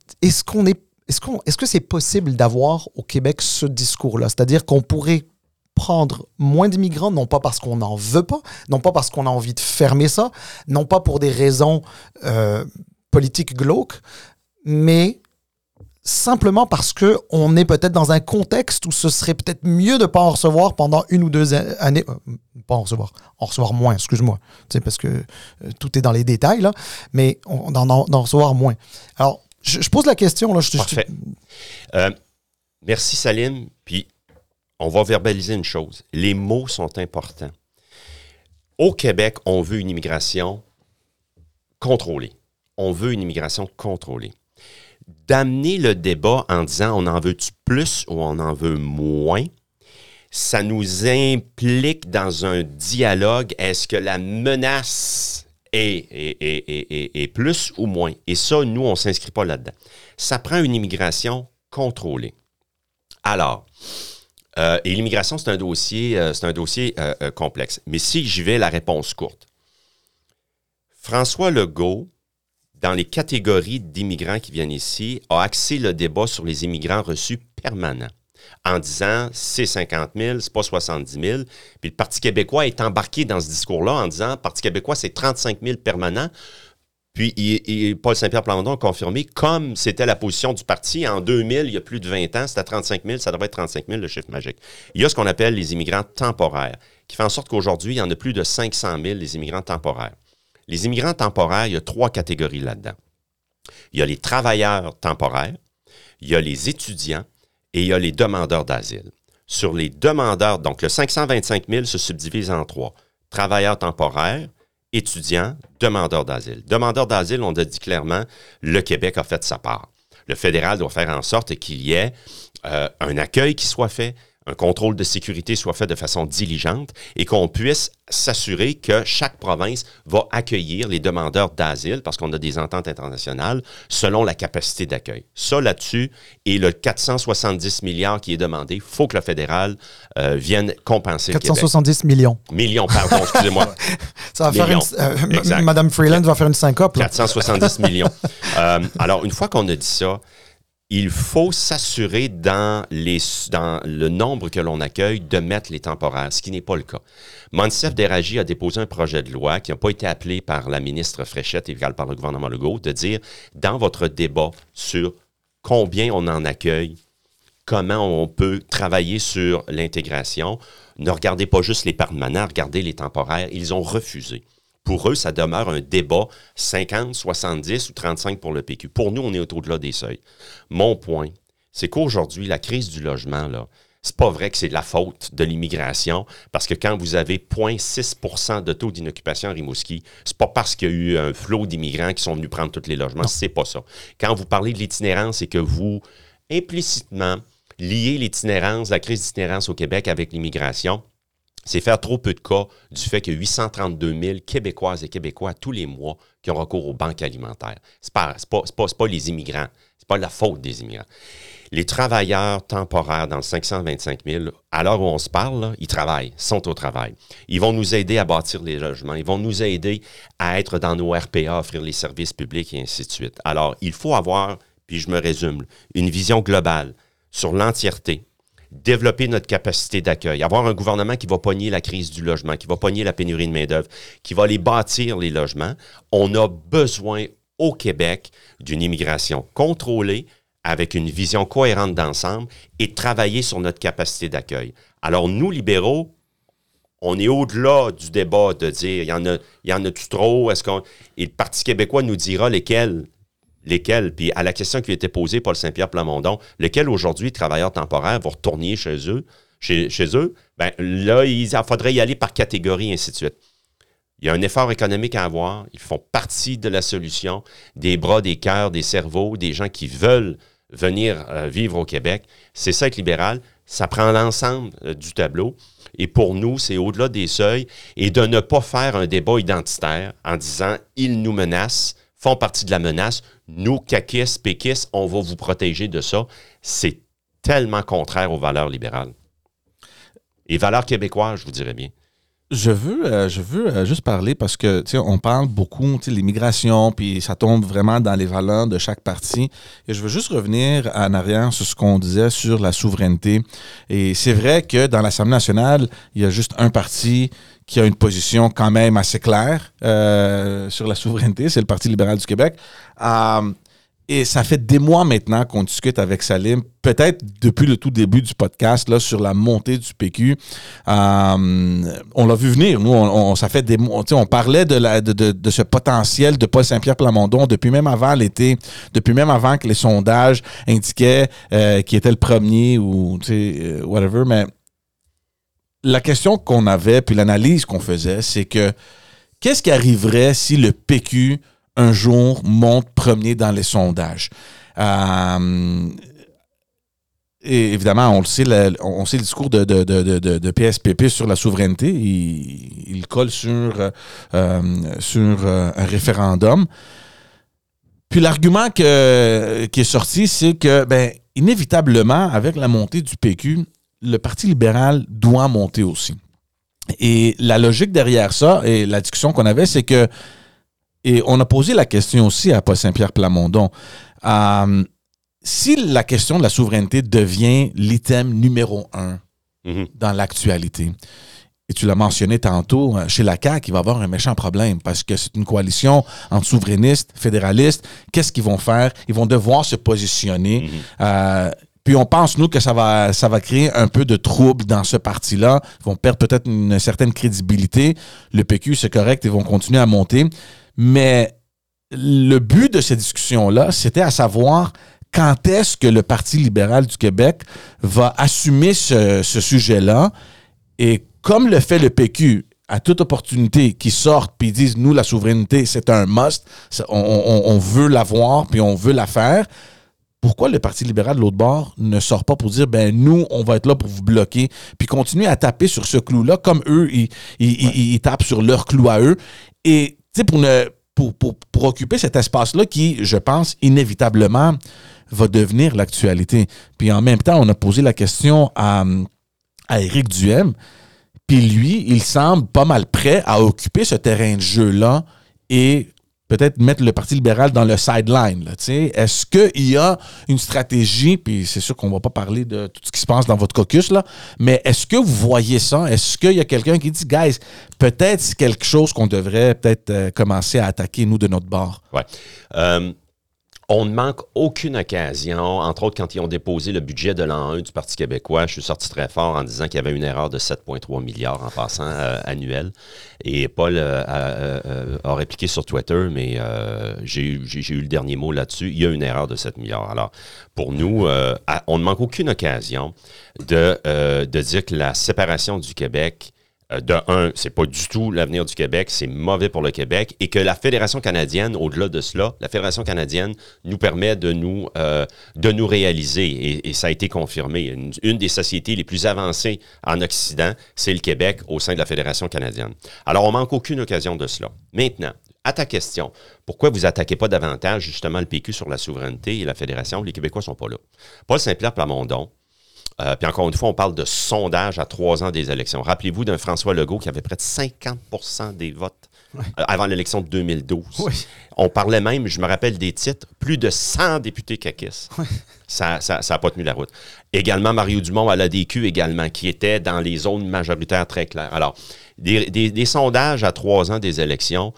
est-ce que c'est possible d'avoir au Québec ce discours-là? C'est-à-dire qu'on pourrait prendre moins d'immigrants, non pas parce qu'on n'en veut pas, non pas parce qu'on a envie de fermer ça, non pas pour des raisons politiques glauques, mais simplement parce qu'on est peut-être dans un contexte où ce serait peut-être mieux de ne pas en recevoir pendant 1 ou 2 années. Pas en recevoir moins, excuse-moi, parce que tout est dans les détails, là, mais d'en recevoir moins. Alors, je pose la question. Là, Parfait. Merci, Salim. Puis, on va verbaliser une chose. Les mots sont importants. Au Québec, on veut une immigration contrôlée. On veut une immigration contrôlée. D'amener le débat en disant on en veut-tu plus ou on en veut moins, ça nous implique dans un dialogue. Est-ce que la menace est plus ou moins? Et ça, nous, on ne s'inscrit pas là-dedans. Ça prend une immigration contrôlée. Alors, et l'immigration, c'est un dossier complexe. Mais si j'y vais, la réponse courte. François Legault, dans les catégories d'immigrants qui viennent ici, a axé le débat sur les immigrants reçus permanents, en disant c'est 50 000, c'est pas 70 000. Puis le Parti québécois est embarqué dans ce discours-là en disant le Parti québécois, c'est 35 000 permanents. Puis Paul Saint-Pierre Plamondon a confirmé, comme c'était la position du parti en 2000, il y a plus de 20 ans, c'était 35 000, ça devrait être 35 000, le chiffre magique. Il y a ce qu'on appelle les immigrants temporaires, qui fait en sorte qu'aujourd'hui, il y en a plus de 500 000, les immigrants temporaires. Les immigrants temporaires, il y a 3 catégories là-dedans. Il y a les travailleurs temporaires, il y a les étudiants et il y a les demandeurs d'asile. Sur les demandeurs, donc le 525 000 se subdivise en 3. Travailleurs temporaires, étudiants, demandeurs d'asile. Demandeurs d'asile, on a dit clairement, le Québec a fait sa part. Le fédéral doit faire en sorte qu'il y ait un accueil qui soit fait, un contrôle de sécurité soit fait de façon diligente et qu'on puisse s'assurer que chaque province va accueillir les demandeurs d'asile, parce qu'on a des ententes internationales, selon la capacité d'accueil. Ça, là-dessus, et le 470 milliards qui est demandé, il faut que le fédéral vienne compenser 470 millions. Millions, pardon, excusez-moi. Ça va millions. faire Madame Freeland va faire une syncope. 470 millions. Alors, une fois qu'on a dit ça, il faut s'assurer dans le nombre que l'on accueille de mettre les temporaires, ce qui n'est pas le cas. Monsef Déragi a déposé un projet de loi qui n'a pas été appelé par la ministre Fréchette et par le gouvernement Legault, de dire, dans votre débat sur combien on en accueille, comment on peut travailler sur l'intégration, ne regardez pas juste les permanents, regardez les temporaires. Ils ont refusé. Pour eux, ça demeure un débat 50, 70 ou 35 pour le PQ. Pour nous, on est au-delà des seuils. Mon point, c'est qu'aujourd'hui, la crise du logement, là, c'est pas vrai que c'est de la faute de l'immigration, parce que quand vous avez 0,6 % de taux d'inoccupation à Rimouski, c'est pas parce qu'il y a eu un flot d'immigrants qui sont venus prendre tous les logements, c'est pas ça. Quand vous parlez de l'itinérance, c'est que vous, implicitement, liez l'itinérance, la crise d'itinérance au Québec avec l'immigration. C'est faire trop peu de cas du fait qu'il y a 832 000 Québécoises et Québécois tous les mois qui ont recours aux banques alimentaires. C'est pas les immigrants. C'est pas la faute des immigrants. Les travailleurs temporaires dans le 525 000, à l'heure où on se parle, là, ils travaillent, sont au travail. Ils vont nous aider à bâtir les logements. Ils vont nous aider à être dans nos RPA, offrir les services publics et ainsi de suite. Alors, il faut avoir, puis je me résume, une vision globale sur l'entièreté. Développer notre capacité d'accueil, avoir un gouvernement qui va pogner la crise du logement, qui va pogner la pénurie de main-d'œuvre, qui va les bâtir, les logements. On a besoin au Québec d'une immigration contrôlée, avec une vision cohérente d'ensemble et travailler sur notre capacité d'accueil. Alors, nous, libéraux, on est au-delà du débat de dire il y en a-tu trop? Et le Parti québécois nous dira lesquels. Puis à la question qui a été posée par Saint-Pierre Plamondon, lesquels aujourd'hui, travailleurs temporaires, vont retourner chez eux? Bien là, il faudrait y aller par catégorie, et ainsi de suite. Il y a un effort économique à avoir. Ils font partie de la solution, des bras, des cœurs, des cerveaux, des gens qui veulent venir vivre au Québec. C'est ça être libéral. Ça prend l'ensemble du tableau. Et pour nous, c'est au-delà des seuils. Et de ne pas faire un débat identitaire en disant « ils nous menacent », font partie de la menace. Nous, caquistes, péquistes, on va vous protéger de ça. C'est tellement contraire aux valeurs libérales. Et valeurs québécoises, je vous dirais bien. Je veux juste parler parce que, tu sais, on parle beaucoup, tu sais, l'immigration, puis ça tombe vraiment dans les valeurs de chaque parti. Et je veux juste revenir en arrière sur ce qu'on disait sur la souveraineté. Et c'est vrai que dans l'Assemblée nationale, il y a juste un parti qui a une position quand même assez claire sur la souveraineté, c'est le Parti libéral du Québec. Et ça fait des mois maintenant qu'on discute avec Salim, peut-être depuis le tout début du podcast, là, sur la montée du PQ. On l'a vu venir. Nous, ça fait des mois. On parlait de ce potentiel de Paul Saint-Pierre Plamondon depuis même avant l'été, depuis même avant que les sondages indiquaient qu'il était le premier ou whatever. Mais la question qu'on avait, puis l'analyse qu'on faisait, c'est que qu'est-ce qui arriverait si le PQ un jour monte premier dans les sondages. Et évidemment, on le sait, on sait le discours de PSPP sur la souveraineté. Il colle sur un référendum. Puis l'argument qui est sorti, c'est que, inévitablement, avec la montée du PQ, le Parti libéral doit monter aussi. Et la logique derrière ça, et la discussion qu'on avait, c'est que et on a posé la question aussi à Paul Saint-Pierre Plamondon. Si la question de la souveraineté devient l'item numéro 1 dans l'actualité, et tu l'as mentionné tantôt, chez la CAQ, il va y avoir un méchant problème parce que c'est une coalition entre souverainistes, fédéralistes. Qu'est-ce qu'ils vont faire? Ils vont devoir se positionner. Puis on pense, nous, que ça va créer un peu de trouble dans ce parti-là. Ils vont perdre peut-être une certaine crédibilité. Le PQ, c'est correct, ils vont continuer à monter. Mais le but de ces discussions-là, c'était à savoir quand est-ce que le Parti libéral du Québec va assumer ce sujet-là. Et comme le fait le PQ, à toute opportunité qu'ils sortent puis ils disent, nous, la souveraineté, c'est un must, on veut l'avoir puis on veut la faire. pourquoi le Parti libéral de l'autre bord ne sort pas pour dire, ben nous, on va être là pour vous bloquer, puis continuer à taper sur ce clou-là, comme eux, ils tapent sur leur clou à eux. Et, tu sais, pour occuper cet espace-là qui, je pense, inévitablement va devenir l'actualité. Puis en même temps, on a posé la question à Éric Duhem, puis lui, il semble pas mal prêt à occuper ce terrain de jeu-là et peut-être mettre le Parti libéral dans le sideline. Là, est-ce qu'il y a une stratégie, puis c'est sûr qu'on ne va pas parler de tout ce qui se passe dans votre caucus, là, mais est-ce que vous voyez ça? Est-ce qu'il y a quelqu'un qui dit, guys, peut-être c'est quelque chose qu'on devrait peut-être commencer à attaquer, nous, de notre bord? Oui. On ne manque aucune occasion, entre autres quand ils ont déposé le budget de l'an 1 du Parti québécois, je suis sorti très fort en disant qu'il y avait une erreur de 7,3 milliards en passant annuel. Et Paul a répliqué sur Twitter, mais j'ai eu le dernier mot là-dessus. Il y a une erreur de 7 milliards. Alors, pour nous, on ne manque aucune occasion de dire que la séparation du Québec, de un, c'est pas du tout l'avenir du Québec, c'est mauvais pour le Québec, et que la Fédération canadienne, au-delà de cela, la Fédération canadienne nous permet de nous réaliser, et ça a été confirmé. Une des sociétés les plus avancées en Occident, c'est le Québec au sein de la Fédération canadienne. Alors, on manque aucune occasion de cela. Maintenant, à ta question, pourquoi vous n'attaquez pas davantage justement le PQ sur la souveraineté et la Fédération? Les Québécois ne sont pas là. Paul Saint-Pierre Plamondon, puis encore une fois, on parle de sondage à 3 ans des élections. Rappelez-vous d'un François Legault qui avait près de 50% des votes avant l'élection de 2012. Oui. On parlait même, je me rappelle des titres, plus de 100 députés caquistes. Oui. Ça n'a pas tenu la route. Également, Mario Dumont à l'ADQ également, qui était dans les zones majoritaires très claires. Alors, des sondages à 3 ans des élections,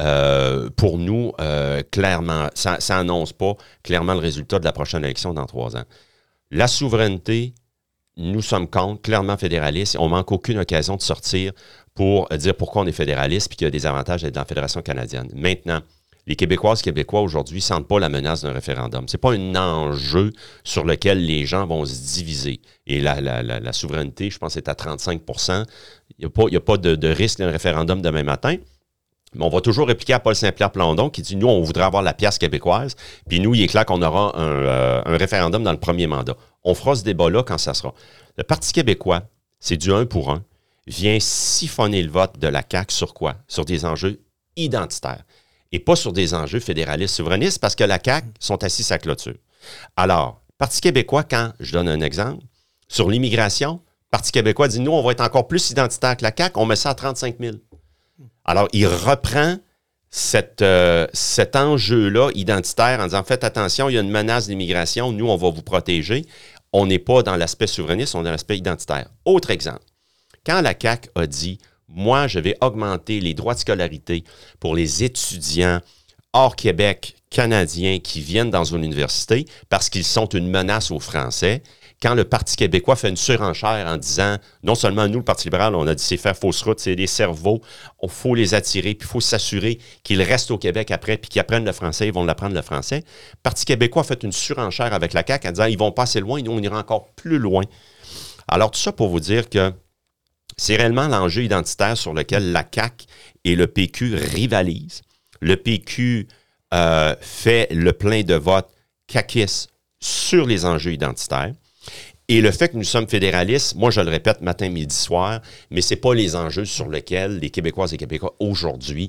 pour nous, clairement, ça n'annonce pas clairement le résultat de la prochaine élection dans 3 ans. La souveraineté, nous sommes contre, clairement fédéralistes. On ne manque aucune occasion de sortir pour dire pourquoi on est fédéraliste et qu'il y a des avantages d'être dans la Fédération canadienne. Maintenant, les Québécoises et Québécois aujourd'hui ne sentent pas la menace d'un référendum. Ce n'est pas un enjeu sur lequel les gens vont se diviser. Et la souveraineté, je pense, est à 35 %. Il n'y a pas de risque d'un référendum demain matin. Mais on va toujours répliquer à Paul Saint-Pierre Plamondon qui dit, nous, on voudrait avoir la pièce québécoise, puis nous, il est clair qu'on aura un référendum dans le premier mandat. On fera ce débat-là quand ça sera. Le Parti québécois, c'est du 1 pour 1, vient siphonner le vote de la CAQ sur quoi? Sur des enjeux identitaires et pas sur des enjeux fédéralistes souverainistes parce que la CAQ sont assis à clôture. Alors, Parti québécois, quand, je donne un exemple, sur l'immigration, Parti québécois dit, nous, on va être encore plus identitaire que la CAQ, on met ça à 35 000. Alors, il reprend cet enjeu-là identitaire en disant, faites attention, il y a une menace d'immigration, nous, on va vous protéger. On n'est pas dans l'aspect souverainiste, on est dans l'aspect identitaire. Autre exemple, quand la CAQ a dit, moi, je vais augmenter les droits de scolarité pour les étudiants hors Québec, canadiens, qui viennent dans une université parce qu'ils sont une menace aux Français, quand le Parti québécois fait une surenchère en disant, non seulement nous, le Parti libéral, on a dit c'est faire fausse route, c'est des cerveaux, il faut les attirer, puis il faut s'assurer qu'ils restent au Québec après, puis qu'ils apprennent le français, ils vont l'apprendre le français. Le Parti québécois a fait une surenchère avec la CAQ en disant, ils vont pas assez loin, nous, on ira encore plus loin. Alors, tout ça pour vous dire que c'est réellement l'enjeu identitaire sur lequel la CAQ et le PQ rivalisent. Le PQ fait le plein de votes caquistes sur les enjeux identitaires. Et le fait que nous sommes fédéralistes, moi je le répète matin, midi, soir, mais ce n'est pas les enjeux sur lesquels les Québécoises et Québécois aujourd'hui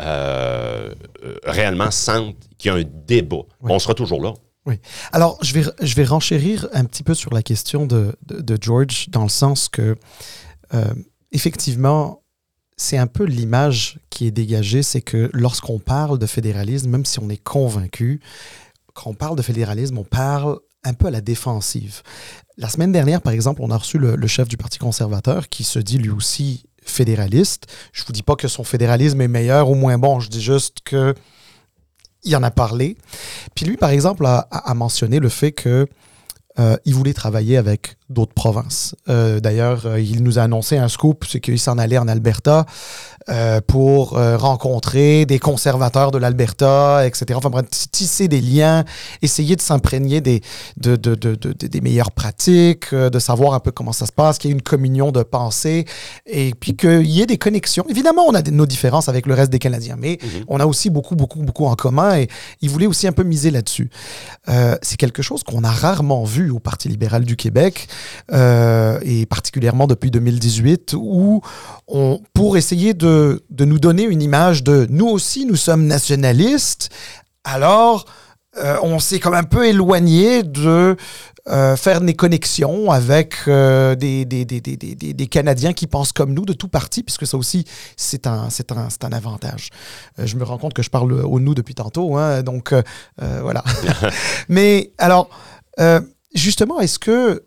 réellement sentent qu'il y a un débat. Oui. On sera toujours là. Oui. Alors, je vais renchérir un petit peu sur la question de George, dans le sens que, effectivement, c'est un peu l'image qui est dégagée, c'est que lorsqu'on parle de fédéralisme, même si on est convaincu, quand on parle de fédéralisme, on parle un peu à la défensive. La semaine dernière, par exemple, on a reçu le chef du Parti conservateur qui se dit lui aussi fédéraliste. Je ne vous dis pas que son fédéralisme est meilleur ou moins bon, je dis juste qu'il en a parlé. Puis lui, par exemple, a mentionné le fait que il voulait travailler avec d'autres provinces. D'ailleurs, il nous a annoncé un scoop, c'est qu'il s'en allait en Alberta pour rencontrer des conservateurs de l'Alberta, etc. Enfin bref, tisser des liens, essayer de s'imprégner des meilleures pratiques, de savoir un peu comment ça se passe, qu'il y ait une communion de pensée, et puis qu'il y ait des connexions. Évidemment, on a nos différences avec le reste des Canadiens, mais on a aussi beaucoup en commun, et il voulait aussi un peu miser là-dessus. C'est quelque chose qu'on a rarement vu au Parti libéral du Québec, et particulièrement depuis 2018, où pour essayer de nous donner une image de nous aussi, nous sommes nationalistes, alors on s'est comme un peu éloigné de faire des connexions avec des Canadiens qui pensent comme nous, de tout parti, puisque ça aussi, c'est un avantage. Je me rends compte que je parle au nous depuis tantôt, hein, donc voilà. Mais alors, justement, est-ce que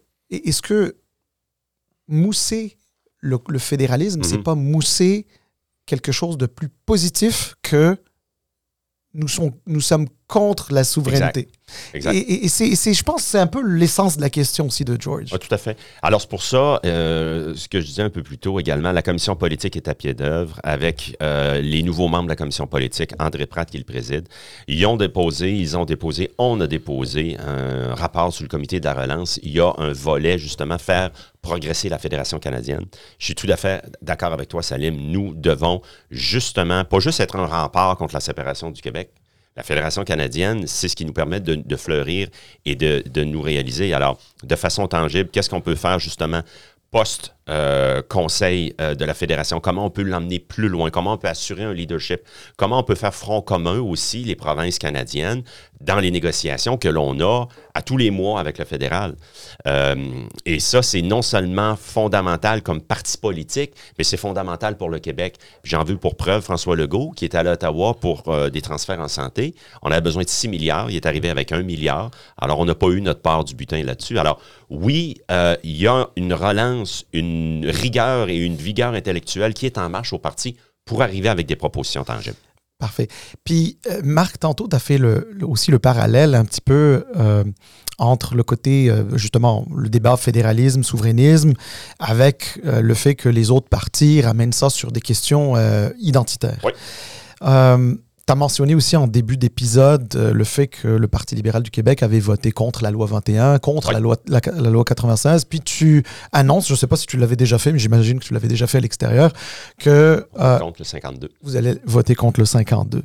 mousser le fédéralisme, c'est pas mousser quelque chose de plus positif que nous sommes contre la souveraineté. Exact. Et je pense que c'est un peu l'essence de la question aussi de George. Ah, tout à fait. Alors, c'est pour ça, ce que je disais un peu plus tôt également, la commission politique est à pied d'œuvre avec les nouveaux membres de la commission politique, André Pratt qui le préside. On a déposé un rapport sur le comité de la relance. Il y a un volet, justement, faire progresser la Fédération canadienne. Je suis tout à fait d'accord avec toi, Salim. Nous devons justement, pas juste être un rempart contre la séparation du Québec. La Fédération canadienne, c'est ce qui nous permet de fleurir et de nous réaliser. Alors, de façon tangible, qu'est-ce qu'on peut faire justement post-conseil de la Fédération? Comment on peut l'emmener plus loin? Comment on peut assurer un leadership? Comment on peut faire front commun aussi, les provinces canadiennes, dans les négociations que l'on a à tous les mois avec le fédéral? Et ça, c'est non seulement fondamental comme parti politique, mais c'est fondamental pour le Québec. J'en veux pour preuve François Legault, qui est allé à Ottawa pour des transferts en santé. On avait besoin de 6 milliards. Il est arrivé avec 1 milliard. Alors, on n'a pas eu notre part du butin là-dessus. Alors, oui, il y a une relance, une rigueur et une vigueur intellectuelle qui est en marche au parti pour arriver avec des propositions tangibles. Parfait. Puis, Marc, tantôt, tu as fait aussi le parallèle un petit peu entre le côté, justement, le débat fédéralisme, souverainisme, avec le fait que les autres partis ramènent ça sur des questions identitaires. Oui. Tu as mentionné aussi en début d'épisode le fait que le Parti libéral du Québec avait voté contre la loi 21, contre la loi 96, puis tu annonces, je ne sais pas si tu l'avais déjà fait, mais j'imagine que tu l'avais déjà fait à l'extérieur, que... contre le 52. Vous allez voter contre le 52.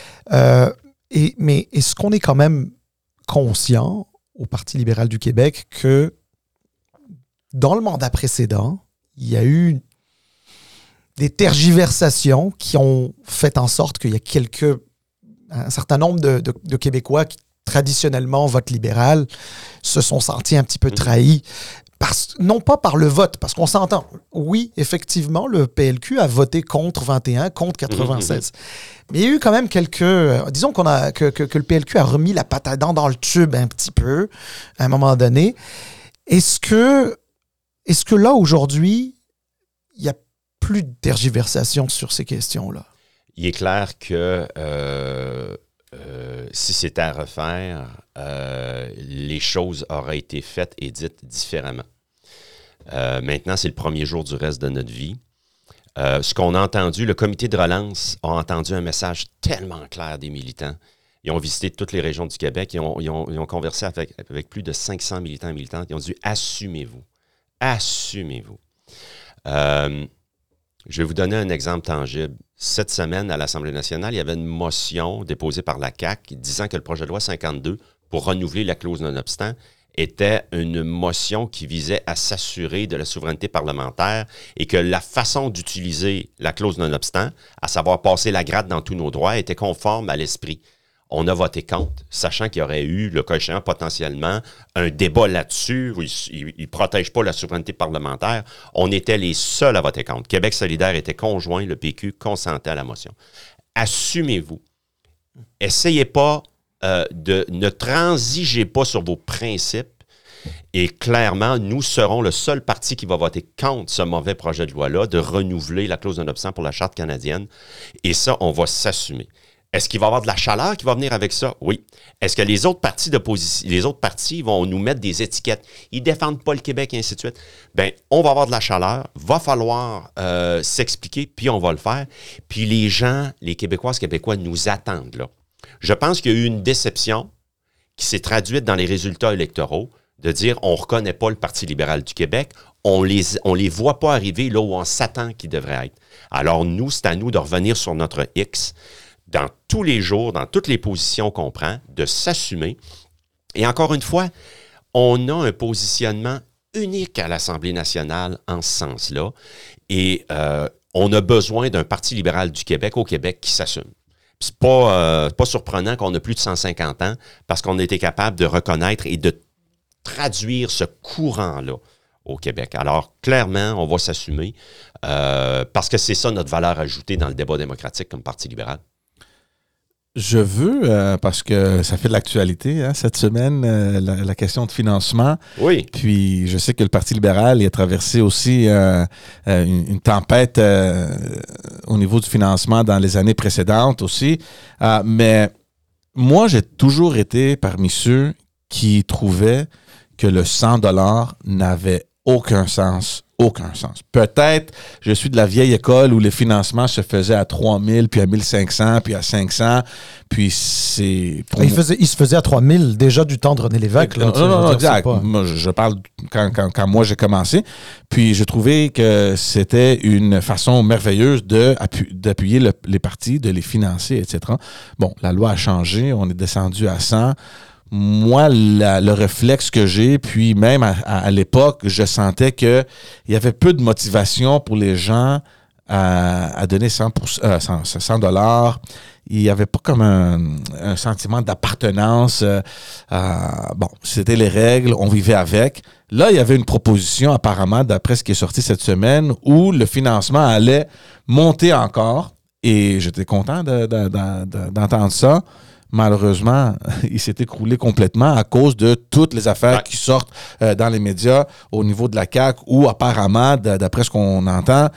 Mais est-ce qu'on est quand même conscient au Parti libéral du Québec que dans le mandat précédent, il y a eu des tergiversations qui ont fait en sorte qu'il y a un certain nombre de Québécois qui, traditionnellement, votent libéral, se sont sentis un petit peu trahis. Non pas par le vote, parce qu'on s'entend. Oui, effectivement, le PLQ a voté contre 21, contre 96. Mais il y a eu quand même disons que le PLQ a remis la patte à dents dans le tube un petit peu, à un moment donné. Est-ce que là, aujourd'hui, il y a plus de tergiversation sur ces questions-là? Il est clair que si c'était à refaire, les choses auraient été faites et dites différemment. Maintenant, c'est le premier jour du reste de notre vie. Ce qu'on a entendu, le comité de relance a entendu un message tellement clair des militants. Ils ont visité toutes les régions du Québec, ils ont conversé avec plus de 500 militants et militantes. Ils ont dit « Assumez-vous. Assumez-vous. » Je vais vous donner un exemple tangible. Cette semaine, à l'Assemblée nationale, il y avait une motion déposée par la CAQ disant que le projet de loi 52, pour renouveler la clause non-obstant, était une motion qui visait à s'assurer de la souveraineté parlementaire et que la façon d'utiliser la clause non-obstant, à savoir passer la gratte dans tous nos droits, était conforme à l'esprit. On a voté contre, sachant qu'il y aurait eu, le cas échéant, potentiellement, un débat là-dessus où il ne protège pas la souveraineté parlementaire. On était les seuls à voter contre. Québec solidaire était conjoint, le PQ consentait à la motion. Assumez-vous. Essayez pas ne transigez pas sur vos principes. Et clairement, nous serons le seul parti qui va voter contre ce mauvais projet de loi-là, de renouveler la clause non-obstant pour la Charte canadienne. Et ça, on va s'assumer. Est-ce qu'il va y avoir de la chaleur qui va venir avec ça? Oui. Est-ce que les autres partis d'opposition, les autres partis vont nous mettre des étiquettes? Ils ne défendent pas le Québec et ainsi de suite. Bien, on va avoir de la chaleur, va falloir s'expliquer, puis on va le faire. Puis les gens, les Québécoises, Québécois nous attendent là. Je pense qu'il y a eu une déception qui s'est traduite dans les résultats électoraux de dire on ne reconnaît pas le Parti libéral du Québec, on les voit pas arriver là où on s'attend qu'ils devraient être. Alors nous, c'est à nous de revenir sur notre X dans tous les jours, dans toutes les positions qu'on prend, de s'assumer. Et encore une fois, on a un positionnement unique à l'Assemblée nationale en ce sens-là. Et on a besoin d'un Parti libéral du Québec au Québec qui s'assume. C'est pas surprenant qu'on a plus de 150 ans parce qu'on a été capable de reconnaître et de traduire ce courant-là au Québec. Alors, clairement, on va s'assumer parce que c'est ça notre valeur ajoutée dans le débat démocratique comme Parti libéral. Je veux, parce que ça fait de l'actualité cette semaine, la question de financement. Oui. Puis je sais que le Parti libéral a traversé aussi une tempête au niveau du financement dans les années précédentes aussi. Mais moi, j'ai toujours été parmi ceux qui trouvaient que le 100$ n'avait aucun sens. Aucun sens. Peut-être, je suis de la vieille école où les financements se faisaient à 3 000, puis à 1 500, puis à 500, puis c'est... Il se faisait à 3 000 déjà du temps de René Lévesque. Là, non, exact. Moi, je parle quand moi j'ai commencé, puis je trouvais que c'était une façon merveilleuse d'appuyer les partis, de les financer, etc. Bon, la loi a changé, on est descendu à 100. Moi, le réflexe que j'ai, puis même à l'époque, je sentais qu'il y avait peu de motivation pour les gens à donner 100$. Il n'y avait pas comme un sentiment d'appartenance. Bon, c'était les règles, on vivait avec. Là, il y avait une proposition, apparemment, d'après ce qui est sorti cette semaine, où le financement allait monter encore. Et j'étais content d'entendre ça. Malheureusement, il s'est écroulé complètement à cause de toutes les affaires qui sortent dans les médias au niveau de la CAQ où apparemment, d'après ce qu'on entend,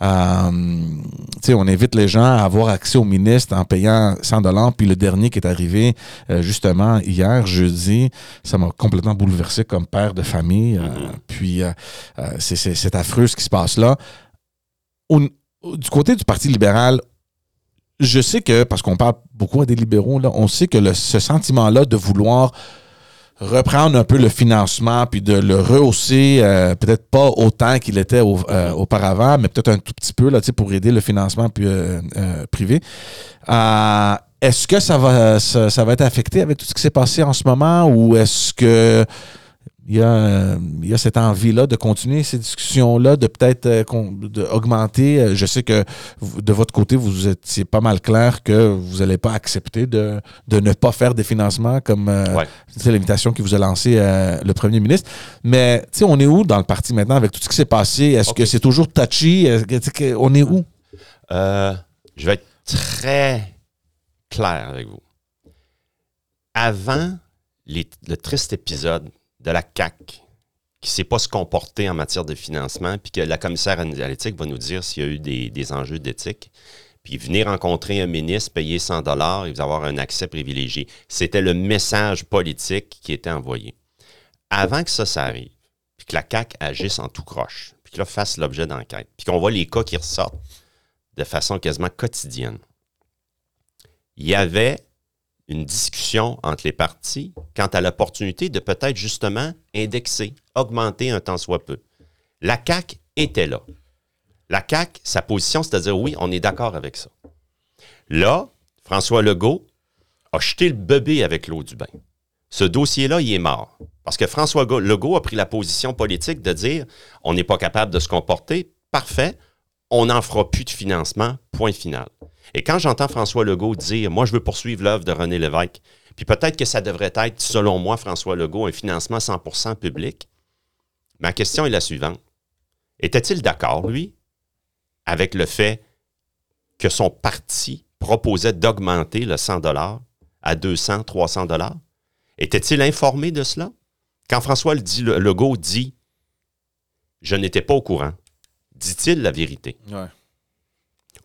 on invite les gens à avoir accès au ministre en payant 100$. Puis le dernier qui est arrivé justement hier, jeudi, ça m'a complètement bouleversé comme père de famille. Puis c'est affreux ce qui se passe là. Du côté du Parti libéral, je sais que, parce qu'on parle beaucoup à des libéraux, là, on sait que ce sentiment-là de vouloir reprendre un peu le financement puis de le rehausser, peut-être pas autant qu'il était auparavant, mais peut-être un tout petit peu là, pour aider le financement privé. Est-ce que ça va être affecté avec tout ce qui s'est passé en ce moment ou est-ce que il y a cette envie-là de continuer ces discussions-là, de peut-être augmenter. Je sais que de votre côté, vous étiez pas mal clair que vous n'allez pas accepter de ne pas faire des financements comme c'est l'invitation qui vous a lancé le premier ministre. Mais on est où dans le parti maintenant avec tout ce qui s'est passé? Est-ce que c'est toujours touchy? On est où? Je vais être très clair avec vous. Avant le triste épisode de la CAQ qui ne sait pas se comporter en matière de financement, puis que la commissaire à l'éthique va nous dire s'il y a eu des enjeux d'éthique, puis venir rencontrer un ministre, payer 100$ et vous avoir un accès privilégié. C'était le message politique qui était envoyé. Avant que ça arrive, puis que la CAQ agisse en tout croche, puis que là fasse l'objet d'enquête, puis qu'on voit les cas qui ressortent de façon quasiment quotidienne, il y avait une discussion entre les partis quant à l'opportunité de peut-être justement indexer, augmenter un tant soit peu. La CAQ était là. La CAQ, sa position, c'est à dire oui, on est d'accord avec ça. Là, François Legault a jeté le bébé avec l'eau du bain. Ce dossier-là, il est mort. Parce que François Legault a pris la position politique de dire on n'est pas capable de se comporter, parfait, on n'en fera plus de financement, point final. Et quand j'entends François Legault dire « Moi, je veux poursuivre l'œuvre de René Lévesque », puis peut-être que ça devrait être, selon moi, François Legault, un financement 100% public, ma question est la suivante. Était-il d'accord, lui, avec le fait que son parti proposait d'augmenter le 100$ à 200, 300$? Était-il informé de cela? Quand François Legault dit « Je n'étais pas au courant », dit-il la vérité? Ouais.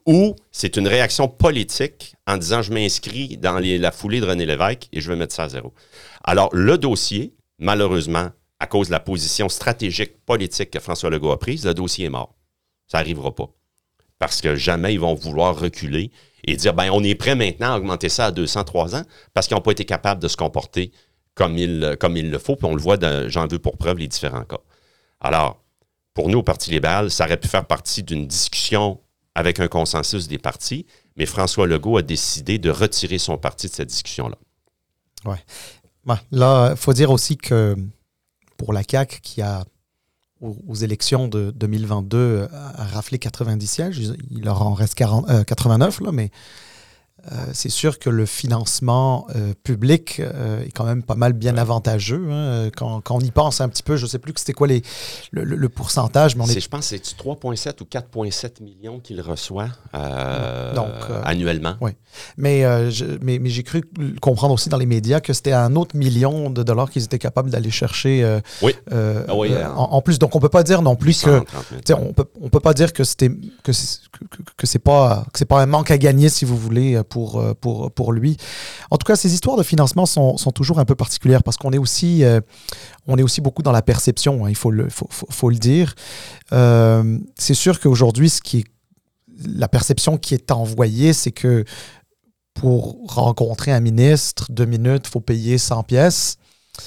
ou c'est une réaction politique en disant je m'inscris dans la foulée de René Lévesque et je vais mettre ça à zéro. Alors, le dossier, malheureusement, à cause de la position stratégique politique que François Legault a prise, le dossier est mort. Ça n'arrivera pas. Parce que jamais ils vont vouloir reculer et dire on est prêt maintenant à augmenter ça à 203 ans parce qu'ils n'ont pas été capables de se comporter comme il le faut. Puis on le voit, j'en veux pour preuve les différents cas. Alors, pour nous, au Parti libéral, ça aurait pu faire partie d'une discussion avec un consensus des partis, mais François Legault a décidé de retirer son parti de cette discussion-là. Oui. Ben, là, il faut dire aussi que pour la CAQ, qui a, aux élections de 2022, a raflé 90 sièges, il leur en reste 89, là, mais c'est sûr que le financement public est quand même pas mal bien avantageux. Hein, quand on y pense un petit peu, je ne sais plus que c'était quoi le pourcentage. Mais je pense que c'est 3,7 ou 4,7 millions qu'il reçoit annuellement. Oui, mais j'ai cru comprendre aussi dans les médias que c'était un autre million de dollars qu'ils étaient capables d'aller chercher en plus. Donc, on ne peut pas dire non plus que... On peut pas dire que c'est pas un manque à gagner, si vous voulez, pour lui. En tout cas, ces histoires de financement sont toujours un peu particulières parce qu'on est aussi beaucoup dans la perception, hein, il faut le dire. C'est sûr qu'aujourd'hui, la perception qui est envoyée, c'est que pour rencontrer un ministre, 2 minutes, il faut payer 100 pièces.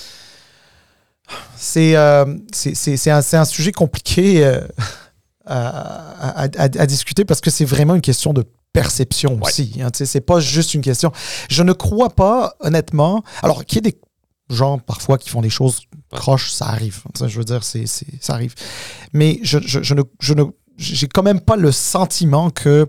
C'est un sujet compliqué à discuter parce que c'est vraiment une question de perception aussi. Hein, c'est pas juste une question. Je ne crois pas, honnêtement... Alors, qu'il y ait des gens, parfois, qui font des choses croches, ça arrive. Je veux dire, ça arrive. Mais j'ai quand même pas le sentiment que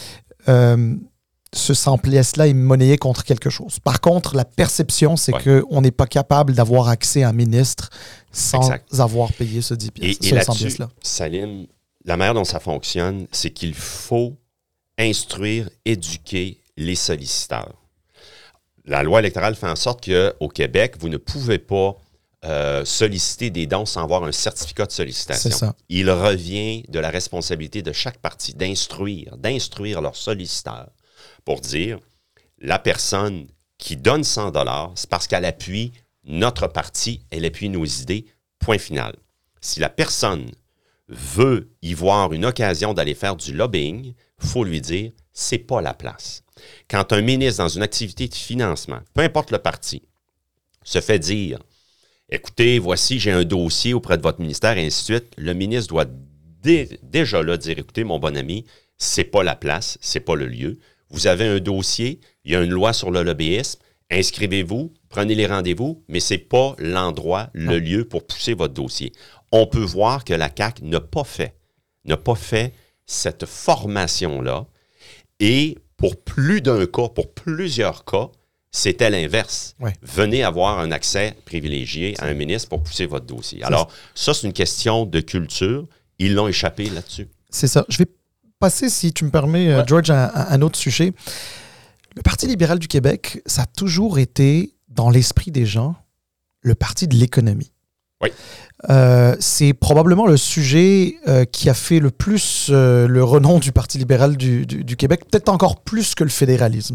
ce 100 pièces-là est monnayé contre quelque chose. Par contre, la perception, c'est qu'on n'est pas capable d'avoir accès à un ministre sans avoir payé ce 10 pièces. Et là-dessus, Salim, la manière dont ça fonctionne, c'est qu'il faut instruire, éduquer les solliciteurs. La loi électorale fait en sorte qu'au Québec, vous ne pouvez pas solliciter des dons sans avoir un certificat de sollicitation. C'est ça. Il revient de la responsabilité de chaque parti d'instruire leurs solliciteurs pour dire la personne qui donne 100 $, c'est parce qu'elle appuie notre parti, elle appuie nos idées, point final. Si la personne veut y voir une occasion d'aller faire du lobbying, il faut lui dire, c'est pas la place. Quand un ministre, dans une activité de financement, peu importe le parti, se fait dire, écoutez, voici, j'ai un dossier auprès de votre ministère, et ainsi de suite, le ministre doit déjà là dire, écoutez, mon bon ami, c'est pas la place, c'est pas le lieu. Vous avez un dossier, il y a une loi sur le lobbyisme, inscrivez-vous, prenez les rendez-vous, mais c'est pas l'endroit, le lieu pour pousser votre dossier. On peut voir que la CAQ n'a pas fait cette formation-là. Et pour plus d'un cas, pour plusieurs cas, c'était l'inverse. Ouais. Venez avoir un accès privilégié à un ministre pour pousser votre dossier. Alors, ça, c'est une question de culture. Ils l'ont échappé là-dessus. C'est ça. Je vais passer, si tu me permets, George, à un autre sujet. Le Parti libéral du Québec, ça a toujours été, dans l'esprit des gens, le parti de l'économie. Oui. C'est probablement le sujet qui a fait le plus le renom du Parti libéral du Québec, peut-être encore plus que le fédéralisme.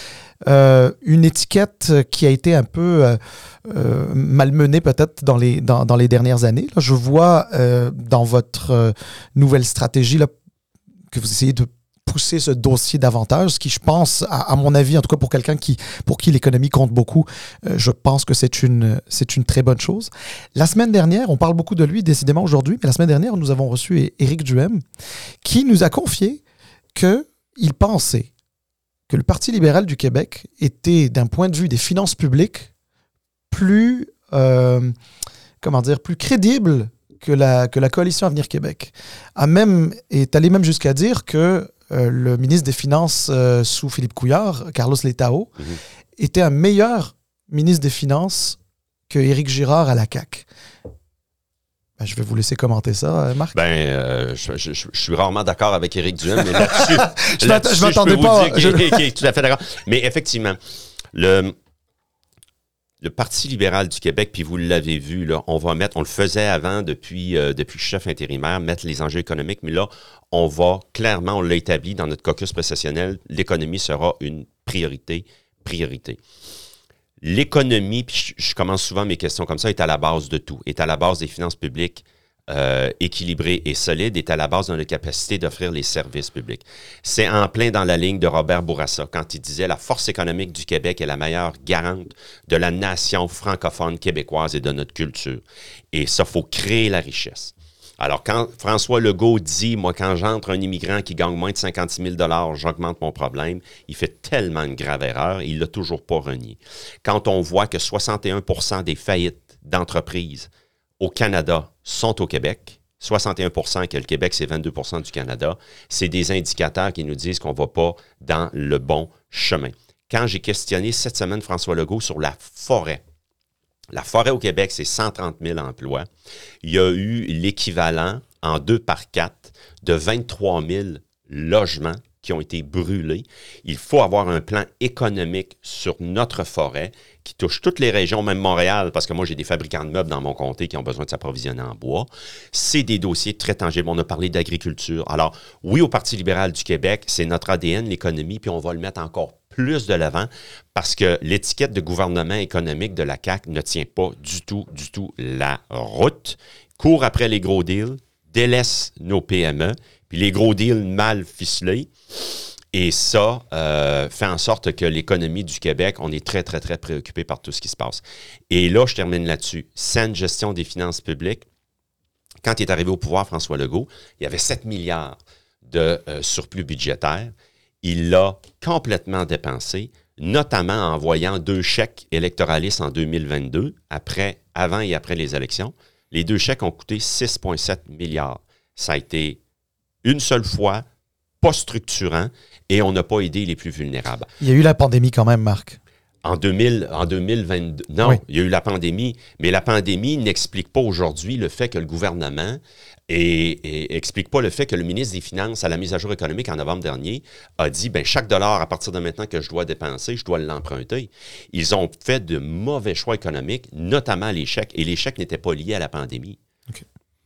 Une étiquette qui a été un peu malmenée peut-être dans les dernières années. Là, je vois dans votre nouvelle stratégie là, que vous essayez de pousser ce dossier davantage, ce qui, je pense, à mon avis, en tout cas pour quelqu'un pour qui l'économie compte beaucoup, je pense que c'est une très bonne chose. La semaine dernière, on parle beaucoup de lui, décidément aujourd'hui, mais la semaine dernière, nous avons reçu Éric Duhem, qui nous a confié qu'il pensait que le Parti libéral du Québec était, d'un point de vue des finances publiques, plus crédible que la Coalition Avenir Québec. Est allé même jusqu'à dire que le ministre des Finances sous Philippe Couillard, Carlos Letao, était un meilleur ministre des Finances que Éric Girard à la CAQ. Ben, je vais vous laisser commenter ça, Marc. Je suis rarement d'accord avec Éric Duhem, mais là-dessus, je m'attendais peux pas. Vous dire qu'il est tout à fait d'accord. Mais effectivement, le Parti libéral du Québec, puis vous l'avez vu, là, on le faisait avant depuis que je suis chef intérimaire, mettre les enjeux économiques, mais là, on l'a établi dans notre caucus précessionnel, l'économie sera une priorité. L'économie, puis je commence souvent mes questions comme ça, est à la base de tout, est à la base des finances publiques équilibrées et solides, est à la base de notre capacité d'offrir les services publics. C'est en plein dans la ligne de Robert Bourassa, quand il disait « La force économique du Québec est la meilleure garante de la nation francophone québécoise et de notre culture. » Et ça, il faut créer la richesse. Alors, quand François Legault dit « Moi, quand j'entre un immigrant qui gagne moins de 56 000 j'augmente mon problème », il fait tellement une grave erreur et il ne l'a toujours pas renié. Quand on voit que 61 % des faillites d'entreprises au Canada sont au Québec, 61 % que le Québec, c'est 22 % du Canada, c'est des indicateurs qui nous disent qu'on ne va pas dans le bon chemin. Quand j'ai questionné cette semaine François Legault sur la forêt au Québec, c'est 130 000 emplois. Il y a eu l'équivalent, en 2 par 4, de 23 000 logements qui ont été brûlés. Il faut avoir un plan économique sur notre forêt qui touche toutes les régions, même Montréal, parce que moi, j'ai des fabricants de meubles dans mon comté qui ont besoin de s'approvisionner en bois. C'est des dossiers très tangibles. On a parlé d'agriculture. Alors, oui, au Parti libéral du Québec, c'est notre ADN, l'économie, puis on va le mettre encore plus de l'avant parce que l'étiquette de gouvernement économique de la CAQ ne tient pas du tout la route. Court après les gros deals, délaisse nos PME, puis les gros deals mal ficelés. Et ça fait en sorte que l'économie du Québec, on est très, très, très préoccupé par tout ce qui se passe. Et là, je termine là-dessus. Saine gestion des finances publiques. Quand il est arrivé au pouvoir, François Legault, il y avait 7 milliards de surplus budgétaire. Il l'a complètement dépensé, notamment en envoyant 2 chèques électoralistes en 2022, avant et après les élections. Les 2 chèques ont coûté 6,7 milliards. Ça a été une seule fois, pas structurant, et on n'a pas aidé les plus vulnérables. Il y a eu la pandémie quand même, Marc. En 2022, non, oui. Il y a eu la pandémie, mais la pandémie n'explique pas aujourd'hui le fait que le gouvernement et explique pas le fait que le ministre des Finances, à la mise à jour économique en novembre dernier, a dit « chaque dollar à partir de maintenant que je dois dépenser, je dois l'emprunter ». Ils ont fait de mauvais choix économiques, notamment les chèques, et les chèques n'étaient pas liés à la pandémie. Okay.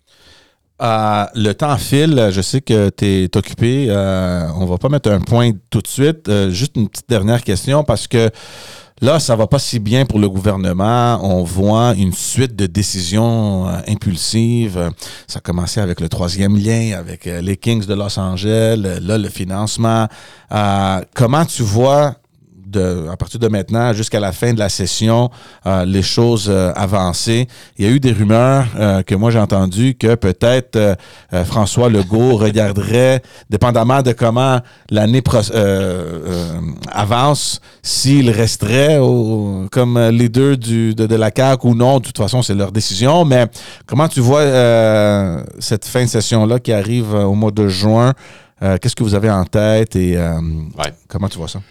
Le temps file, je sais que tu es occupé. On va pas mettre un point tout de suite. Juste une petite dernière question parce que là, ça va pas si bien pour le gouvernement. On voit une suite de décisions impulsives. Ça a commencé avec le 3e lien, avec les Kings de Los Angeles, là, le financement. Comment tu vois, à partir de maintenant jusqu'à la fin de la session, les choses avancer? Il y a eu des rumeurs que moi j'ai entendues que peut-être François Legault regarderait, dépendamment de comment l'année avance, s'il resterait comme leader de la CAQ ou non. De toute façon, c'est leur décision. Mais comment tu vois cette fin de session-là qui arrive au mois de juin? Qu'est-ce que vous avez en tête et comment tu vois ça?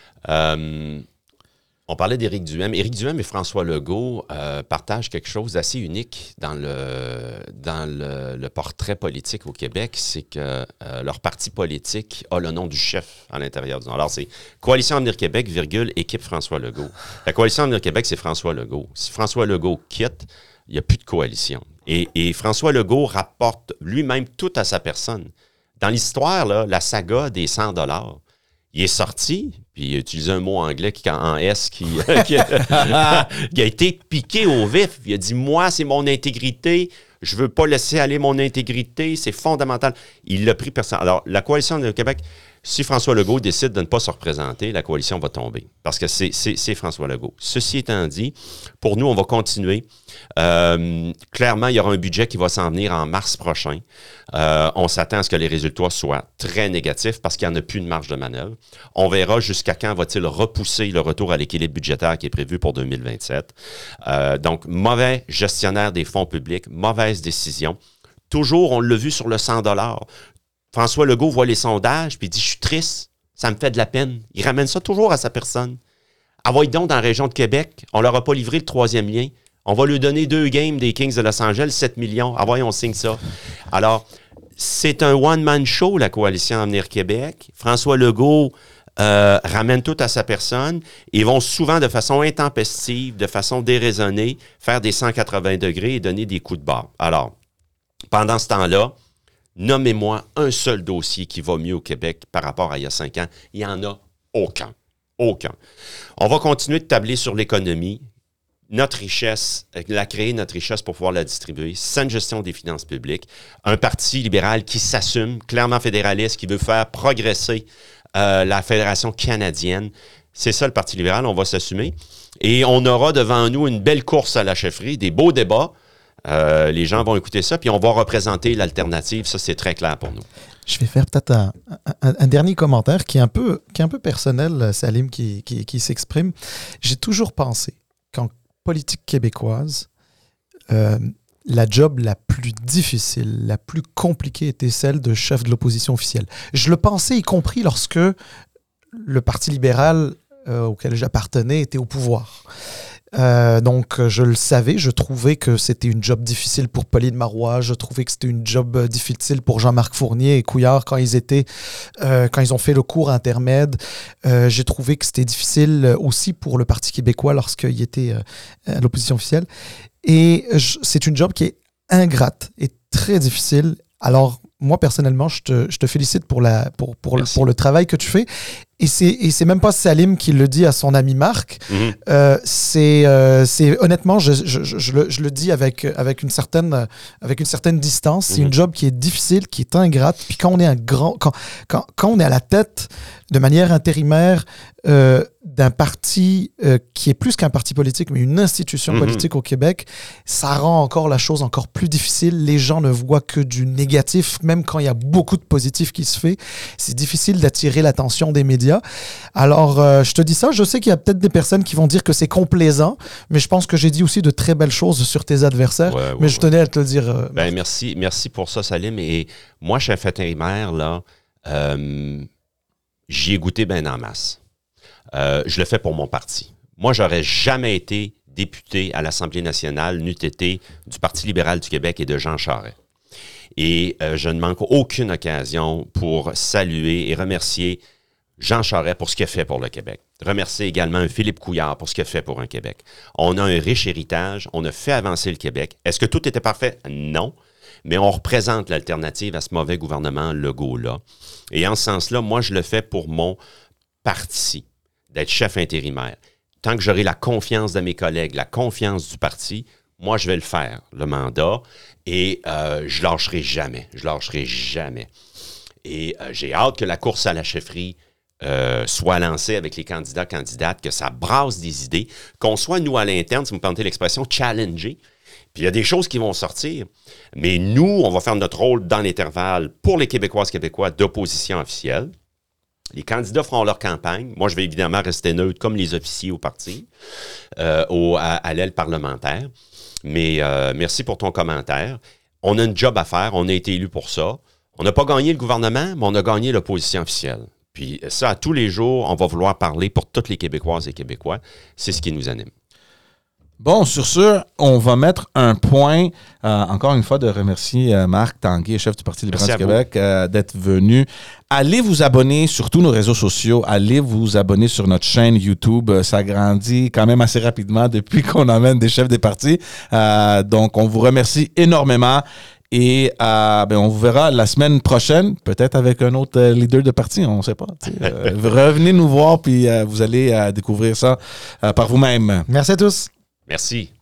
On parlait d'Éric Duhaime. Éric Duhaime et François Legault partagent quelque chose d'assez unique dans le portrait politique au Québec, c'est que leur parti politique a le nom du chef à l'intérieur du nom. Alors, c'est Coalition Avenir Québec, équipe François Legault. La Coalition Avenir Québec, c'est François Legault. Si François Legault quitte, il n'y a plus de coalition. Et François Legault rapporte lui-même tout à sa personne. Dans l'histoire, là, la saga des 100 $, il est sorti, puis il a utilisé un mot anglais en S qui a été piqué au vif. Il a dit « Moi, c'est mon intégrité. Je ne veux pas laisser aller mon intégrité. C'est fondamental. » Il l'a pris personne. Alors, la Coalition de Québec, si François Legault décide de ne pas se représenter, la coalition va tomber. Parce que c'est François Legault. Ceci étant dit, pour nous, on va continuer. Clairement, il y aura un budget qui va s'en venir en mars prochain. On s'attend à ce que les résultats soient très négatifs parce qu'il n'y en a plus de marge de manœuvre. On verra jusqu'à quand va-t-il repousser le retour à l'équilibre budgétaire qui est prévu pour 2027. Donc, mauvais gestionnaire des fonds publics, mauvaise décision. Toujours, on l'a vu sur le 100 $. François Legault voit les sondages puis dit « Je suis triste, ça me fait de la peine ». Il ramène ça toujours à sa personne. Envoyez donc dans la région de Québec, on ne leur a pas livré le 3e lien. On va lui donner 2 games des Kings de Los Angeles, 7 millions. Ah ouais, on signe ça. Alors, c'est un one-man show, la Coalition Avenir Québec. François Legault ramène tout à sa personne et vont souvent de façon intempestive, de façon déraisonnée, faire des 180 degrés et donner des coups de barre. Alors, pendant ce temps-là, nommez-moi un seul dossier qui va mieux au Québec par rapport à il y a 5 ans. Il n'y en a aucun. Aucun. On va continuer de tabler sur l'économie. Notre richesse, la créer, notre richesse pour pouvoir la distribuer, saine gestion des finances publiques, un parti libéral qui s'assume, clairement fédéraliste, qui veut faire progresser la Fédération canadienne. C'est ça le Parti libéral, on va s'assumer. Et on aura devant nous une belle course à la chefferie, des beaux débats. Les gens vont écouter ça, puis on va représenter l'alternative. Ça, c'est très clair pour nous. Je vais faire peut-être un dernier commentaire qui est un peu personnel, Salim, qui s'exprime. J'ai toujours pensé qu'en politique québécoise, la job la plus difficile, la plus compliquée était celle de chef de l'opposition officielle. Je le pensais, y compris lorsque le Parti libéral auquel j'appartenais était au pouvoir. Donc, je le savais, je trouvais que c'était une job difficile pour Pauline Marois, je trouvais que c'était une job difficile pour Jean-Marc Fournier et Couillard quand ils ont fait le cours intermède. J'ai trouvé que c'était difficile aussi pour le Parti québécois lorsqu'il était à l'opposition officielle. Et c'est une job qui est ingrate et très difficile. Alors, moi, personnellement, je te félicite pour le travail que tu fais. Et c'est même pas Salim qui le dit à son ami Marc. Mm-hmm. C'est honnêtement, je le dis avec une certaine distance. Mm-hmm. C'est une job qui est difficile, qui est ingrate. Puis quand on est quand on est à la tête de manière intérimaire d'un parti qui est plus qu'un parti politique, mais une institution politique au Québec, ça rend encore la chose encore plus difficile. Les gens ne voient que du négatif, même quand il y a beaucoup de positif qui se fait. C'est difficile d'attirer l'attention des médias. Alors, je te dis ça, je sais qu'il y a peut-être des personnes qui vont dire que c'est complaisant, mais je pense que j'ai dit aussi de très belles choses sur tes adversaires, mais je tenais à te le dire. Merci pour ça, Salim. Et moi, chef intérimaire, là, j'y ai goûté bien en masse. Je le fais pour mon parti. Moi, j'aurais jamais été député à l'Assemblée nationale, n'eût été du Parti libéral du Québec et de Jean Charest. Et je ne manque aucune occasion pour saluer et remercier Jean Charest pour ce qu'il a fait pour le Québec. Remercier également Philippe Couillard pour ce qu'il a fait pour un Québec. On a un riche héritage, on a fait avancer le Québec. Est-ce que tout était parfait? Non. Mais on représente l'alternative à ce mauvais gouvernement Legault-là. Et en ce sens-là, moi, je le fais pour mon parti, d'être chef intérimaire. Tant que j'aurai la confiance de mes collègues, la confiance du parti, moi, je vais le faire, le mandat, et je lâcherai jamais. Je lâcherai jamais. Et j'ai hâte que la course à la chefferie soit lancée avec les candidates, que ça brasse des idées, qu'on soit, nous, à l'interne, si vous me permettez l'expression, challengés. Puis il y a des choses qui vont sortir, mais nous, on va faire notre rôle dans l'intervalle pour les Québécois d'opposition officielle. Les candidats feront leur campagne. Moi, je vais évidemment rester neutre comme les officiers au parti, à l'aile parlementaire. Mais merci pour ton commentaire. On a une job à faire, on a été élus pour ça. On n'a pas gagné le gouvernement, mais on a gagné l'opposition officielle. Puis ça, à tous les jours, on va vouloir parler pour toutes les Québécoises et Québécois. C'est ce qui nous anime. Bon, sur ce, on va mettre un point. Encore une fois, de remercier Marc Tanguay, chef du Parti libéral du Québec, d'être venu. Allez vous abonner sur tous nos réseaux sociaux. Allez vous abonner sur notre chaîne YouTube. Ça grandit quand même assez rapidement depuis qu'on amène des chefs des partis. Donc, on vous remercie énormément. Et on vous verra la semaine prochaine, peut-être avec un autre leader de parti, on ne sait pas. Revenez nous voir, puis vous allez découvrir ça par vous-même. Merci à tous. Merci.